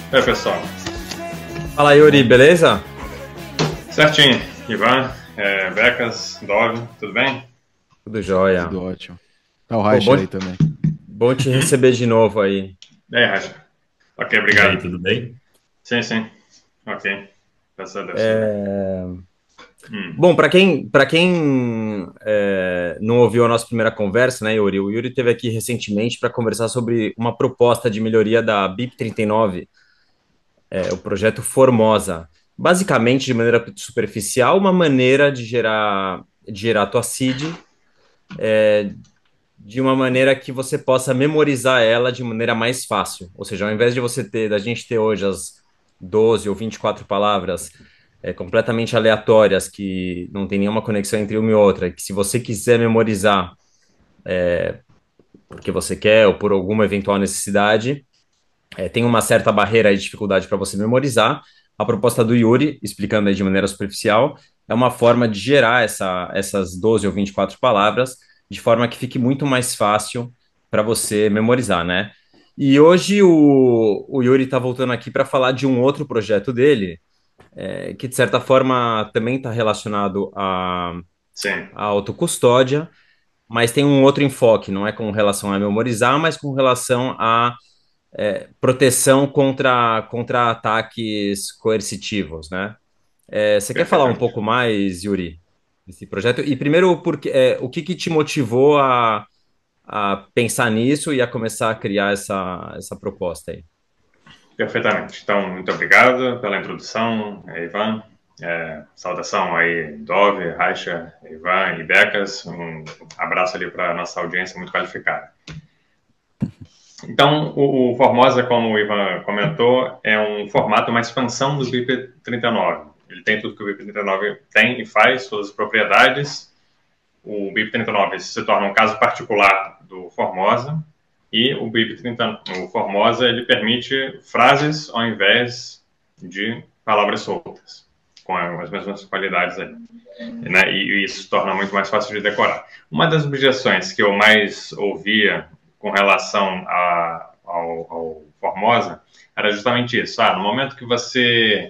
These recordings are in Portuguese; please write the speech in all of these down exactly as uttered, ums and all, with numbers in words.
É, pessoal. Fala, Yuri, beleza? Certinho. Ivan, é, Becas, Dove, tudo bem? Tudo jóia. Tudo ótimo. Tá o Pô, Raixa bom, aí também. bom te Uhum. receber de novo aí. E aí, Raja? Ok, E aí, obrigado. tudo bem? Sim, sim. Ok. Graças a Deus, tudo bem. É, Hum. Bom, para quem, para quem é, não ouviu a nossa primeira conversa, né, Yuri? O Yuri esteve aqui recentemente para conversar sobre uma proposta de melhoria da B I P trinta e nove, é, o projeto Formosa. Basicamente, de maneira superficial, uma maneira de gerar, de gerar tua seed de uma maneira que você possa memorizar ela de maneira mais fácil. Ou seja, ao invés de você ter, da gente ter hoje as doze ou vinte e quatro palavras é, completamente aleatórias, que não tem nenhuma conexão entre uma e outra, que se você quiser memorizar porque você quer ou por alguma eventual necessidade, é, tem uma certa barreira e dificuldade para você memorizar. A proposta do Yuri, explicando aí de maneira superficial, é uma forma de gerar essa, essas doze ou vinte e quatro palavras de forma que fique muito mais fácil para você memorizar, né? E hoje o, o Yuri está voltando aqui para falar de um outro projeto dele, é, que de certa forma também está relacionado à, Sim, à autocustódia, mas tem um outro enfoque, não é com relação a memorizar, mas com relação a é, proteção contra, contra ataques coercitivos, né? É, você quer falar um perfeitamente. pouco mais, Yuri, desse projeto? E primeiro, porque, é, o que, que te motivou a, a pensar nisso e a começar a criar essa, essa proposta aí? Perfeitamente. Então, muito obrigado pela introdução, eh, Ivan. É, saudação aí, Dove, Raixa, Ivan e Becas. Um abraço ali para a nossa audiência muito qualificada. Então, o, o Formosa, como o Ivan comentou, é um formato, uma expansão do B I P trinta e nove. Ele tem tudo que o B I P trinta e nove tem e faz, todas as propriedades. O B I P trinta e nove se torna um caso particular do Formosa e o B I P trinta, o Formosa, ele permite frases ao invés de palavras soltas, com as mesmas qualidades aí, né? E isso torna muito mais fácil de decorar. Uma das objeções que eu mais ouvia com relação a, ao, ao Formosa era justamente isso. Ah, no momento que você...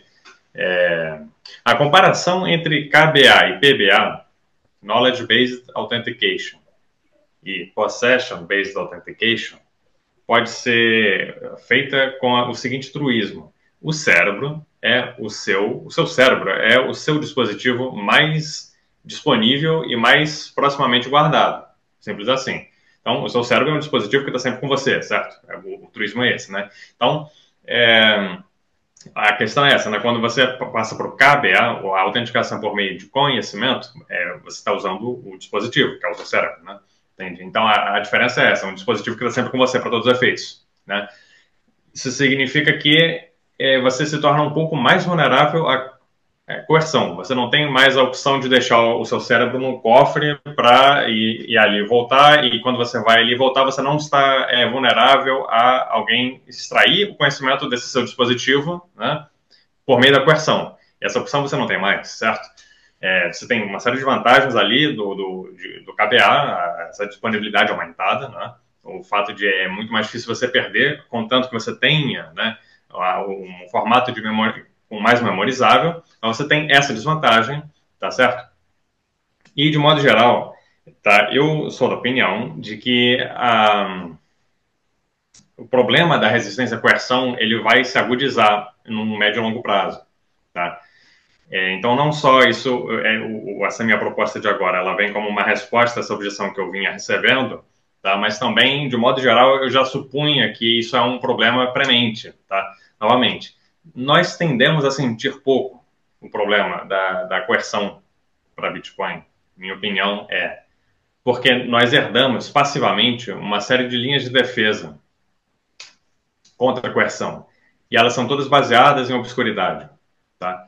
É, a comparação entre K B A e P B A, Knowledge Based Authentication, e Possession Based Authentication, pode ser feita com o seguinte truísmo. O cérebro é o seu, o seu cérebro é o seu dispositivo mais disponível e mais proximamente guardado. Simples assim. Então, o seu cérebro é um dispositivo que está sempre com você, certo? O, o truísmo é esse, né? Então, é, a questão é essa, né? Quando você passa para o K B A, a autenticação por meio de conhecimento, é, você está usando o dispositivo, que é o seu cérebro, né? Entende? Então, a, a diferença é essa, é um dispositivo que está sempre com você para todos os efeitos, né? Isso significa que é, você se torna um pouco mais vulnerável à é, coerção. Você não tem mais a opção de deixar o seu cérebro num cofre para ir, ir ali e voltar, e quando você vai ali e voltar, você não está é, vulnerável a alguém extrair o conhecimento desse seu dispositivo, né, por meio da coerção. E essa opção você não tem mais, certo? É, você tem uma série de vantagens ali do, do, de, do K B A, essa disponibilidade aumentada, né? O fato de é muito mais difícil você perder, contanto que você tenha, né, um formato de memória mais memorizável. Então você tem essa desvantagem, tá certo? E de modo geral, tá, eu sou da opinião de que a, o problema da resistência à coerção ele vai se agudizar num médio e longo prazo, tá? É, então, não só isso, é, o, essa minha proposta de agora, ela vem como uma resposta a essa objeção que eu vinha recebendo, tá? Mas também, de modo geral, eu já supunha que isso é um problema premente, tá? Novamente, nós tendemos a sentir pouco o problema da, da coerção para Bitcoin, minha opinião é, porque nós herdamos passivamente uma série de linhas de defesa contra a coerção, e elas são todas baseadas em obscuridade, tá?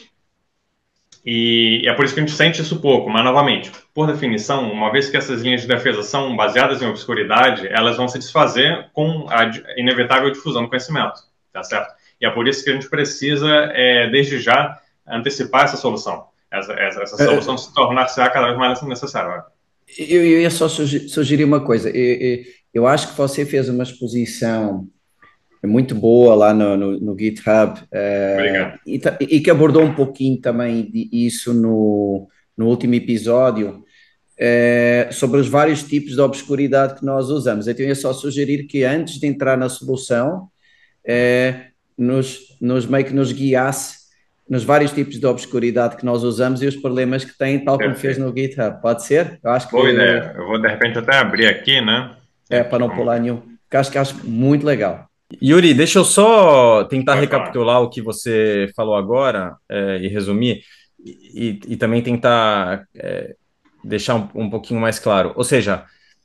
E é por isso que a gente sente isso pouco, mas novamente, por definição, uma vez que essas linhas de defesa são baseadas em obscuridade, elas vão se desfazer com a inevitável difusão do conhecimento, tá certo? E é por isso que a gente precisa, é, desde já, antecipar essa solução, essa, essa, essa solução se tornar-se cada vez mais necessária. Eu, eu ia só sugerir uma coisa. Eu, eu, eu acho que você fez uma exposição é muito boa lá no, no, no GitHub, eh, Obrigado. e, ta- e que abordou um pouquinho também de isso no, no último episódio, eh, sobre os vários tipos de obscuridade que nós usamos. Então, eu ia só sugerir que antes de entrar na solução, eh, nos, nos meio que nos guiasse nos vários tipos de obscuridade que nós usamos e os problemas que tem, tal como fez no Perfeito. GitHub. Pode ser? Eu acho Boa que ideia. Eu vou, de repente, até abrir aqui, né? é Aqui, para não vamos pular ver. nenhum, porque acho que acho muito legal. Yuri, deixa eu só tentar Pode falar. recapitular o que você falou agora, é, e resumir, e, e também tentar é, deixar um, um pouquinho mais claro. Ou seja,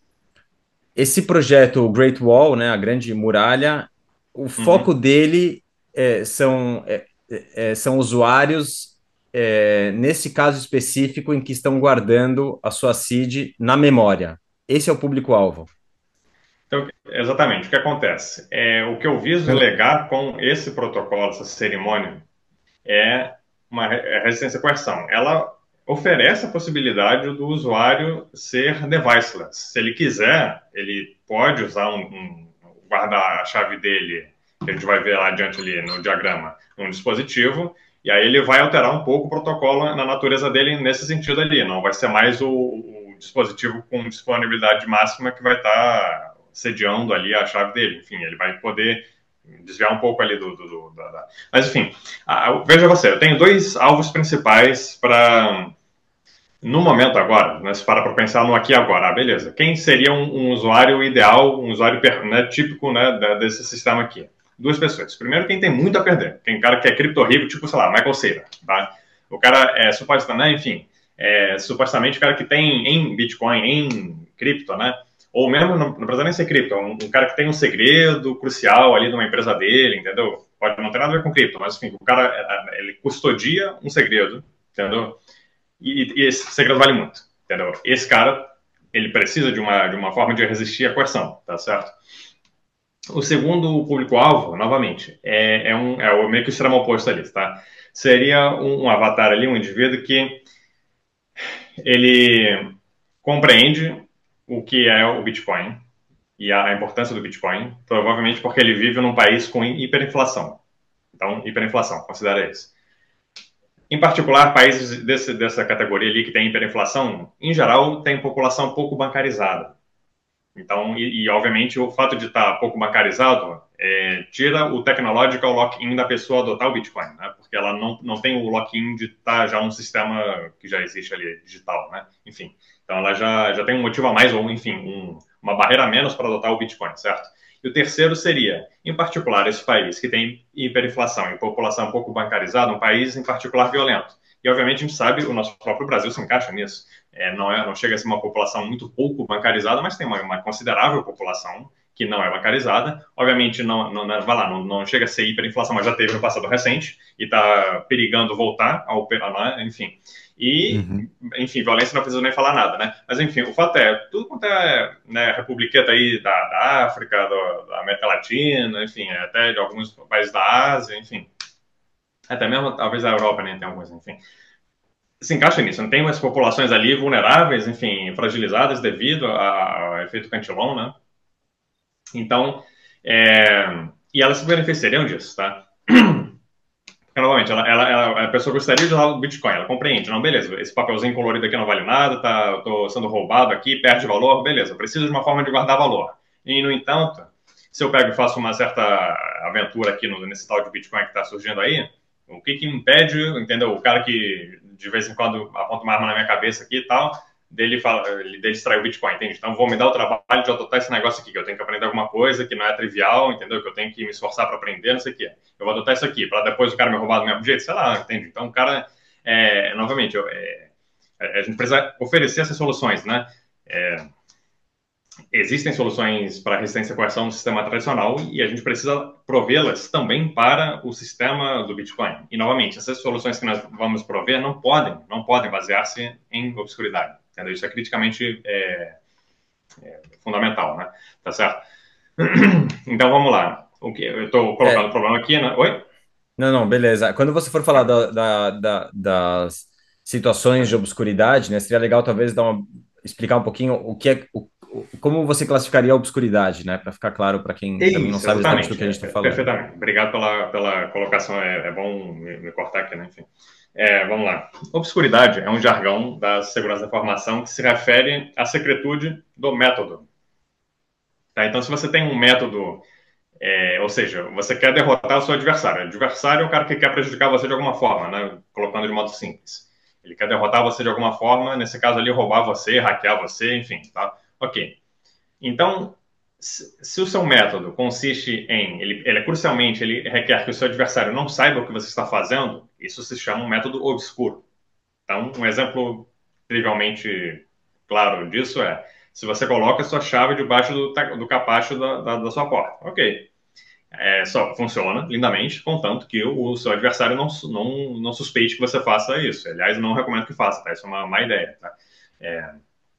esse projeto o Great Wall, né, a Grande Muralha, o foco Uhum. dele é, são, é, é, são usuários, é, nesse caso específico, em que estão guardando a sua seed na memória. Esse é o público-alvo. Então, exatamente, o que acontece? É, o que eu viso legar com esse protocolo, essa cerimônia, é uma re- é resistência à coerção. Ela oferece a possibilidade do usuário ser deviceless. Se ele quiser, ele pode usar um, um guardar a chave dele, que a gente vai ver lá adiante ali no diagrama, num dispositivo, e aí ele vai alterar um pouco o protocolo na natureza dele nesse sentido ali. Não vai ser mais o, o dispositivo com disponibilidade máxima que vai estar sediando ali a chave dele. Enfim, ele vai poder desviar um pouco ali do... do, do da, da... Mas, enfim, ah, veja você, eu tenho dois alvos principais para... No momento agora, né, se para para pensar no aqui e agora, ah, beleza. Quem seria um, um usuário ideal, um usuário né, típico né, desse sistema aqui? Duas pessoas. Primeiro, quem tem muito a perder. Tem cara que é cripto rico, tipo, sei lá, Michael Saylor, tá? O cara é supostamente, né, enfim, é, supostamente o cara que tem em Bitcoin, em cripto, né? Ou mesmo, não, não precisa nem ser cripto, um, um cara que tem um segredo crucial ali numa empresa dele, entendeu? Pode não ter nada a ver com cripto, mas enfim, o cara, ele custodia um segredo, entendeu? E, e esse segredo vale muito, entendeu? Esse cara, ele precisa de uma, de uma forma de resistir à coerção, tá certo? O segundo público-alvo, novamente, é, é, um, é o meio que o extremo oposto ali, tá? Seria um, um avatar ali, um indivíduo que ele compreende o que é o Bitcoin e a, a importância do Bitcoin, provavelmente porque ele vive num país com hiperinflação. Então, hiperinflação, considera isso. Em particular, países desse, dessa categoria ali que tem hiperinflação, em geral, tem população pouco bancarizada. Então, e, e obviamente, o fato de estar pouco bancarizado é, tira o technological lock-in da pessoa adotar o Bitcoin, né? Porque ela não, não tem o lock-in de estar já um sistema que já existe ali, digital, né? Enfim, então ela já, já tem um motivo a mais, ou enfim, um, uma barreira a menos para adotar o Bitcoin, certo? E o terceiro seria, em particular, esse país que tem hiperinflação e população pouco bancarizada, um país em particular violento. E, obviamente, a gente sabe, o nosso próprio Brasil se encaixa nisso. É, não, é, não chega a ser uma população muito pouco bancarizada, mas tem uma, uma considerável população que não é bancarizada. Obviamente, não, não, vai lá, não, não chega a ser hiperinflação, mas já teve no passado recente e está perigando voltar a operar, enfim. E, Uhum. enfim, violência não precisa nem falar nada, né? Mas, enfim, o fato é, tudo quanto é né, republiqueta aí da, da África, do, da América Latina, enfim, até de alguns países da Ásia, enfim, até mesmo talvez da Europa, né, tem alguns, enfim, se encaixa nisso. Não tem umas populações ali vulneráveis, enfim, fragilizadas devido ao efeito Cantillon, né? Então, é, e elas se beneficiariam disso, tá? Porque, novamente, ela, ela, ela, a pessoa gostaria de usar o Bitcoin, ela compreende, não, beleza, esse papelzinho colorido aqui não vale nada, tá, eu tô sendo roubado aqui, perde valor, beleza, eu preciso de uma forma de guardar valor. E, no entanto, se eu pego e faço uma certa aventura aqui no, nesse tal de Bitcoin que está surgindo aí, o que que impede, entendeu? O cara que de vez em quando aponta uma arma na minha cabeça aqui e tal, dele, fala, dele extrair o Bitcoin, entende? Então, vou me dar o trabalho de adotar esse negócio aqui, que eu tenho que aprender alguma coisa que não é trivial, entendeu? Que eu tenho que me esforçar para aprender, não sei o quê. Eu vou adotar isso aqui, para depois o cara me roubar do mesmo jeito, sei lá, entende? Então, o cara, é, novamente, eu, é, a gente precisa oferecer essas soluções, né? É, existem soluções para resistência à coerção no sistema tradicional e a gente precisa provê-las também para o sistema do Bitcoin. E, novamente, essas soluções que nós vamos prover não podem, não podem basear-se em obscuridade. Entendeu? Isso é criticamente é, é, fundamental, né? Tá certo? Então, vamos lá. O que, eu estou colocando É, o problema aqui, né? Oi? não, não, beleza. Quando você for falar da, da- da- das situações de obscuridade, né, seria legal talvez dar uma, explicar um pouquinho o que é, o, como você classificaria a obscuridade, né? Para ficar claro para quem Isso, também não sabe exatamente do que a gente está é, falando. perfeitamente. Obrigado pela, pela colocação, é, é bom me, me cortar aqui, né? Enfim. É, vamos lá. Obscuridade é um jargão da segurança da informação que se refere à secretude do método. Tá? Então, se você tem um método, é, ou seja, você quer derrotar o seu adversário. O adversário é o cara que quer prejudicar você de alguma forma, né? Colocando de modo simples. Ele quer derrotar você de alguma forma, nesse caso ali, roubar você, hackear você, enfim, tá? Ok. Então, se, se o seu método consiste em, ele, ele é crucialmente, ele requer que o seu adversário não saiba o que você está fazendo, isso se chama um método obscuro. Então, um exemplo trivialmente claro disso é, se você coloca a sua chave debaixo do, do capacho da, da, da sua porta. Ok. É, só funciona lindamente, contanto que o, o seu adversário não, não, não suspeite que você faça isso. Aliás, não recomendo que faça, tá? Isso é uma má ideia, tá? É,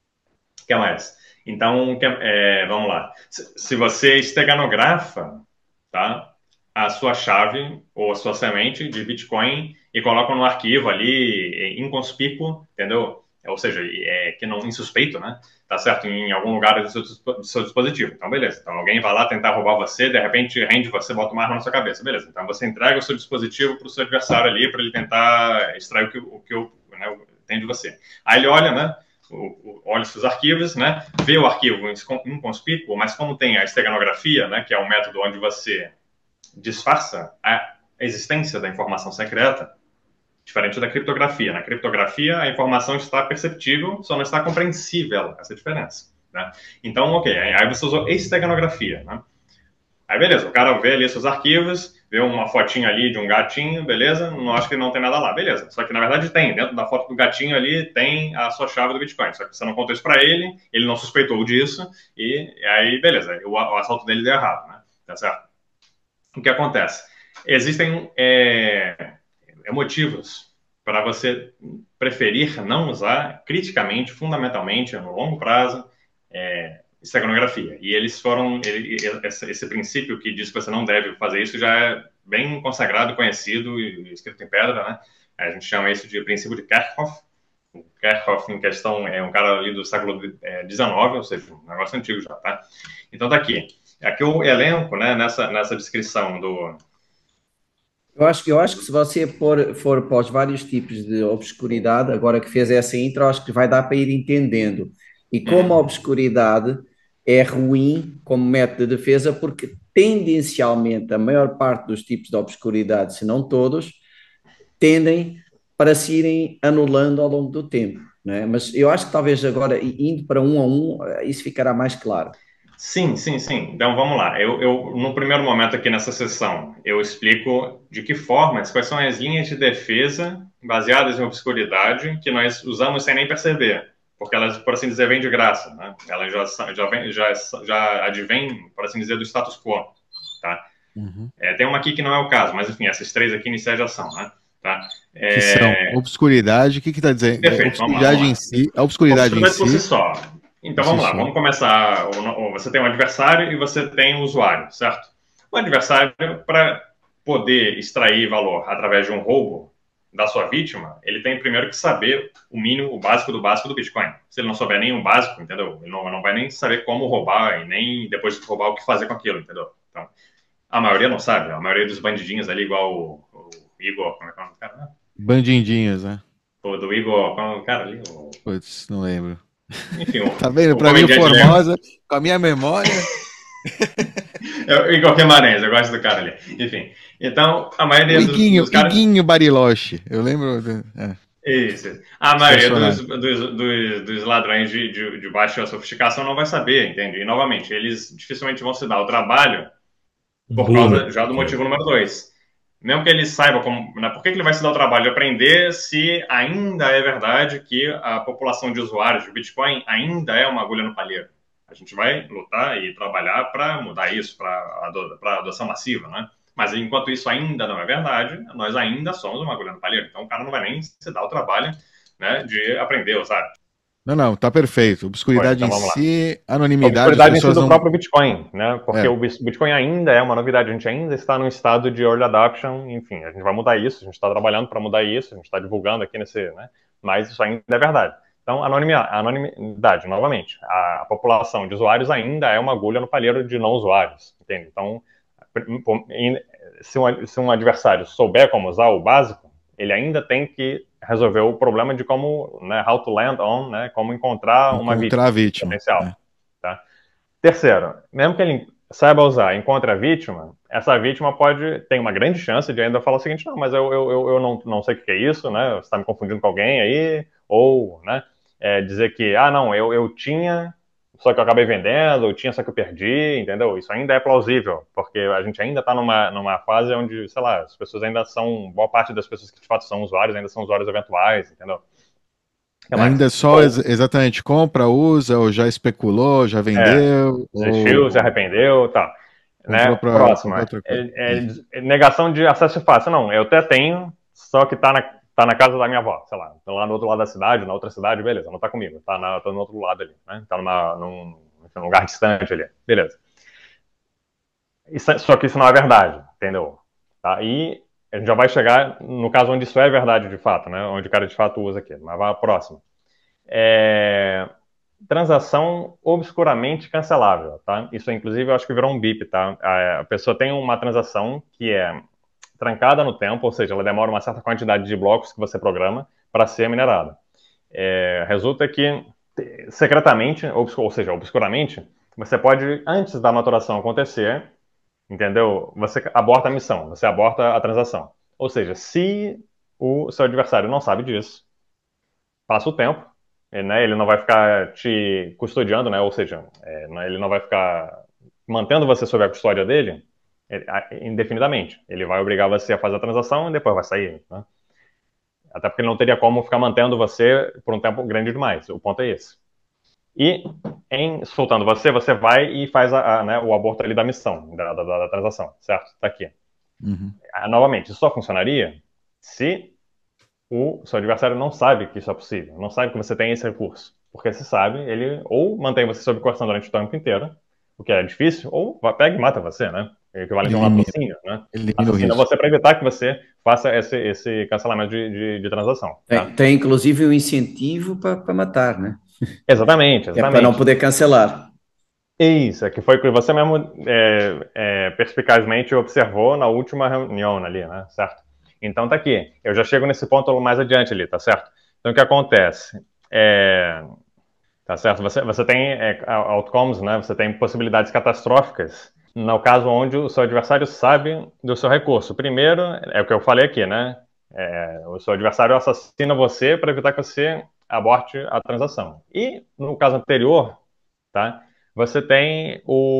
o que mais? Então, que, é, vamos lá. Se, se você esteganografa, tá, a sua chave ou a sua semente de Bitcoin e coloca no arquivo ali, inconspícuo, entendeu? Ou seja, é, que não insuspeito, né? Tá certo? Em algum lugar do seu, do seu dispositivo. Então, beleza. Então, alguém vai lá tentar roubar você, de repente rende você, bota uma arma na sua cabeça. Beleza. Então, você entrega o seu dispositivo para o seu adversário ali, para ele tentar extrair o que o, que o né, tem de você. Aí ele olha, né? Olha os seus arquivos, né? Vê o arquivo inconspícuo, mas como tem a esteganografia, né? Que é o método onde você disfarça a existência da informação secreta, diferente da criptografia. Na criptografia, a informação está perceptível, só não está compreensível, essa é a diferença, né? Então, ok, aí você usou esteganografia, né? Aí, beleza, o cara vê ali seus arquivos, vê uma fotinha ali de um gatinho, beleza, não acho que não tem nada lá, beleza. Só que, na verdade, tem. Dentro da foto do gatinho ali, tem a sua chave do Bitcoin. Só que você não contou isso para ele, ele não suspeitou disso, e, e aí, beleza, o, o assalto dele deu errado, né? Tá certo? O que acontece? Existem é, motivos para você preferir não usar criticamente, fundamentalmente, no longo prazo, é, esteganografia. E eles foram, ele, esse, esse princípio que diz que você não deve fazer isso já é bem consagrado, conhecido e escrito em pedra, né? A gente chama isso de princípio de Kerckhoff. O Kerckhoff, em questão, é um cara ali do século dezenove, ou seja, um negócio antigo já, tá? Então, tá aqui. Aqui o elenco, né, nessa, nessa descrição do... Eu acho, eu acho que se você for, for para os vários tipos de obscuridade, agora que fez essa intro, acho que vai dar para ir entendendo. E como a obscuridade é ruim como método de defesa, porque tendencialmente a maior parte dos tipos de obscuridade, se não todos, tendem para se irem anulando ao longo do tempo, não é? Mas eu acho que talvez agora, indo para um a um, isso ficará mais claro. Sim, sim, sim. Então vamos lá. Eu, eu, no primeiro momento aqui nessa sessão, eu explico de que formas, quais são as linhas de defesa baseadas em obscuridade que nós usamos sem nem perceber, porque elas, por assim dizer, vêm de graça, né? Elas já, já, vem, já, já advêm, por assim dizer, do status quo, tá? Uhum. É, tem uma aqui que não é o caso, mas enfim, essas três aqui iniciais já são, né? Tá? É... Que são obscuridade, o que que está dizendo? Perfeito, obscuridade vamos lá, vamos lá. em si, a obscuridade, obscuridade em por si. si só. Então vamos lá, vamos começar. Você tem um adversário e você tem um usuário, certo? O adversário, para poder extrair valor através de um roubo da sua vítima, ele tem primeiro que saber o mínimo, o básico do básico do Bitcoin. Se ele não souber nem o básico, entendeu? Ele não, não vai nem saber como roubar e nem depois de roubar o que fazer com aquilo, entendeu? Então, a maioria não sabe. A maioria dos bandidinhos ali, igual o, o Igor, como é que é o nome do cara, né? Bandindinhos, né? O do Igor, como é o cara ali? O... Putz, não lembro. Enfim, o, tá vendo? O pra mim, Formosa, com a minha memória. É o Igor Guimarães, eu gosto do cara ali. Enfim, então, a maioria o Iguinho, dos, dos caras... Iguinho Bariloche, eu lembro... De... É. Isso. A maioria dos, dos, dos, dos ladrões de, de, de baixa sofisticação não vai saber, entende? E, novamente, eles dificilmente vão se dar o trabalho por causa já do motivo número dois. Mesmo que ele saiba como, né, por que ele vai se dar o trabalho de aprender se ainda é verdade que a população de usuários de Bitcoin ainda é uma agulha no palheiro. A gente vai lutar e trabalhar para mudar isso, para a adoção massiva, né? Mas enquanto isso ainda não é verdade, nós ainda somos uma agulha no palheiro. Então o cara não vai nem se dar o trabalho, né, de aprender a usar. Não, não, tá perfeito. Obscuridade então, em si, anonimidade... Obscuridade em si do não... próprio Bitcoin, né? Porque é. o Bitcoin ainda é uma novidade, a gente ainda está num estado de early adoption, enfim, a gente vai mudar isso, a gente está trabalhando para mudar isso, a gente está divulgando aqui nesse, né? Mas isso ainda é verdade. Então, anonimidade, anonimidade novamente, a, a população de usuários ainda é uma agulha no palheiro de não usuários, entende? Então, se um, se um adversário souber como usar o básico, ele ainda tem que resolver o problema de como, né, how to land on, né, como encontrar uma Encontrar vítima, a vítima. potencial. É. Tá? Terceiro, mesmo que ele saiba usar, encontre a vítima, essa vítima pode, tem uma grande chance de ainda falar o seguinte, não, mas eu, eu, eu, eu não, não sei o que é isso, né, você está me confundindo com alguém aí, ou, né, é, dizer que, ah, não, eu, eu tinha, só que eu acabei vendendo, eu tinha, só que eu perdi, entendeu? Isso ainda é plausível, porque a gente ainda está numa, numa fase onde, sei lá, as pessoas ainda são, boa parte das pessoas que de fato são usuários, ainda são usuários eventuais, entendeu? Ainda só ou, ex exatamente compra, usa, ou já especulou, já vendeu. É, desistiu, ou... se arrependeu, tá. Né? Pra, Próxima, é, é, negação de acesso fácil. Não, eu até tenho, só que tá na, tá na casa da minha avó, sei lá, lá no outro lado da cidade, na outra cidade, beleza, não tá comigo, tá, na, tá no outro lado ali, né? Tá numa, num, num lugar distante ali, beleza. Isso, só que isso não é verdade, entendeu? Tá? E a gente já vai chegar no caso onde isso é verdade de fato, né? Onde o cara de fato usa aqui, mas vai a próxima. É... Transação obscuramente cancelável, tá? Isso, inclusive, eu acho que virou um bip, tá? A pessoa tem uma transação que é trancada no tempo, ou seja, ela demora uma certa quantidade de blocos que você programa para ser minerada. É... Resulta que, secretamente, ou seja, obscuramente, você pode, antes da maturação acontecer, entendeu? Você aborta a missão, você aborta a transação. Ou seja, se o seu adversário não sabe disso, passa o tempo, né, ele não vai ficar te custodiando, né, ou seja, é, ele não vai ficar mantendo você sob a custódia dele ele, indefinidamente. Ele vai obrigar você a fazer a transação e depois vai sair. Né? Até porque ele não teria como ficar mantendo você por um tempo grande demais. O ponto é esse. E, em soltando você, você vai e faz a, a, né, o aborto ali da missão, da, da, da transação, certo? Tá aqui. Uhum. Novamente, isso só funcionaria se o seu adversário não sabe que isso é possível, não sabe que você tem esse recurso. Porque se sabe, ele ou mantém você sob coerção durante o tempo inteiro, o que é difícil, ou pega e mata você, né? É equivalente a um latrocínio, né? Assassina você para evitar que você faça esse, esse cancelamento de, de, de transação. Tá? Tem, tem inclusive o um incentivo para matar, né? Exatamente, exatamente. É para não poder cancelar. Isso, é que foi o que você mesmo é, é, perspicazmente observou na última reunião ali, né? Certo? Então tá aqui, eu já chego nesse ponto mais adiante ali, tá certo? Então o que acontece? É, tá certo? Você, você tem é, outcomes, né? Você tem possibilidades catastróficas no caso onde o seu adversário sabe do seu recurso. Primeiro, é o que eu falei aqui, né? É, o seu adversário assassina você para evitar que você aborte a transação. E no caso anterior, tá? Você tem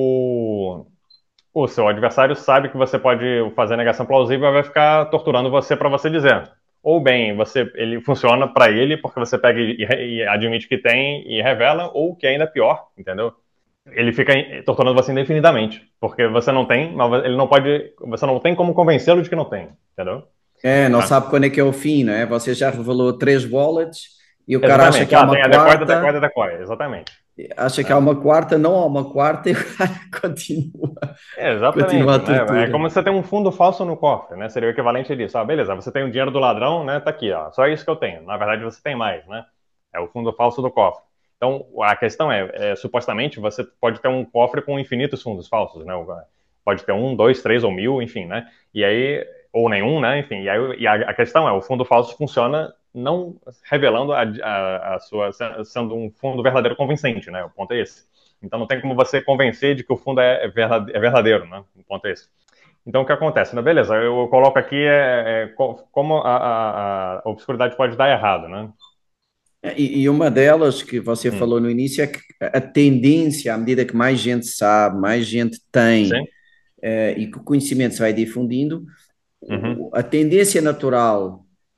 o... O seu adversário sabe que você pode fazer negação plausível e vai ficar torturando você para você dizer. Ou bem, você, ele funciona para ele porque você pega e, e admite que tem e revela, ou que é ainda pior, entendeu? Ele fica torturando você indefinidamente, porque você não tem, mas ele não pode, você não tem como convencê-lo de que não tem, entendeu? É, não ah. sabe quando é que é o fim, não é? Você já revelou três wallets e o exatamente. cara acha que há ah, uma tem quarta... A decoy, decoy, decoy, exatamente. Acha que há uma quarta, não há uma quarta e o cara continua. Exatamente. Continua a né? É como você tem um fundo falso no cofre, né? Seria o equivalente disso. Ah, beleza, você tem o dinheiro do ladrão, né? Tá aqui, ó. Só isso que eu tenho. Na verdade, você tem mais, né? É o fundo falso do cofre. Então, a questão é, é supostamente, você pode ter um cofre com infinitos fundos falsos, né? Pode ter um, dois, três ou mil, enfim, né? E aí, ou nenhum, né? Enfim, e, aí, e a, a questão é, o fundo falso funciona não revelando a, a, a sua, sendo um fundo verdadeiro convincente, né? O ponto é esse. Então não tem como você convencer de que o fundo é verdadeiro, né? O ponto é esse. Então o que acontece? Né? Beleza, eu coloco aqui é, é, como a, a, a obscuridade pode dar errado, né? E, e uma delas que você hum. falou no início é que a tendência, à medida que mais gente sabe, mais gente tem é, e que o conhecimento se vai difundindo, uhum. a tendência natural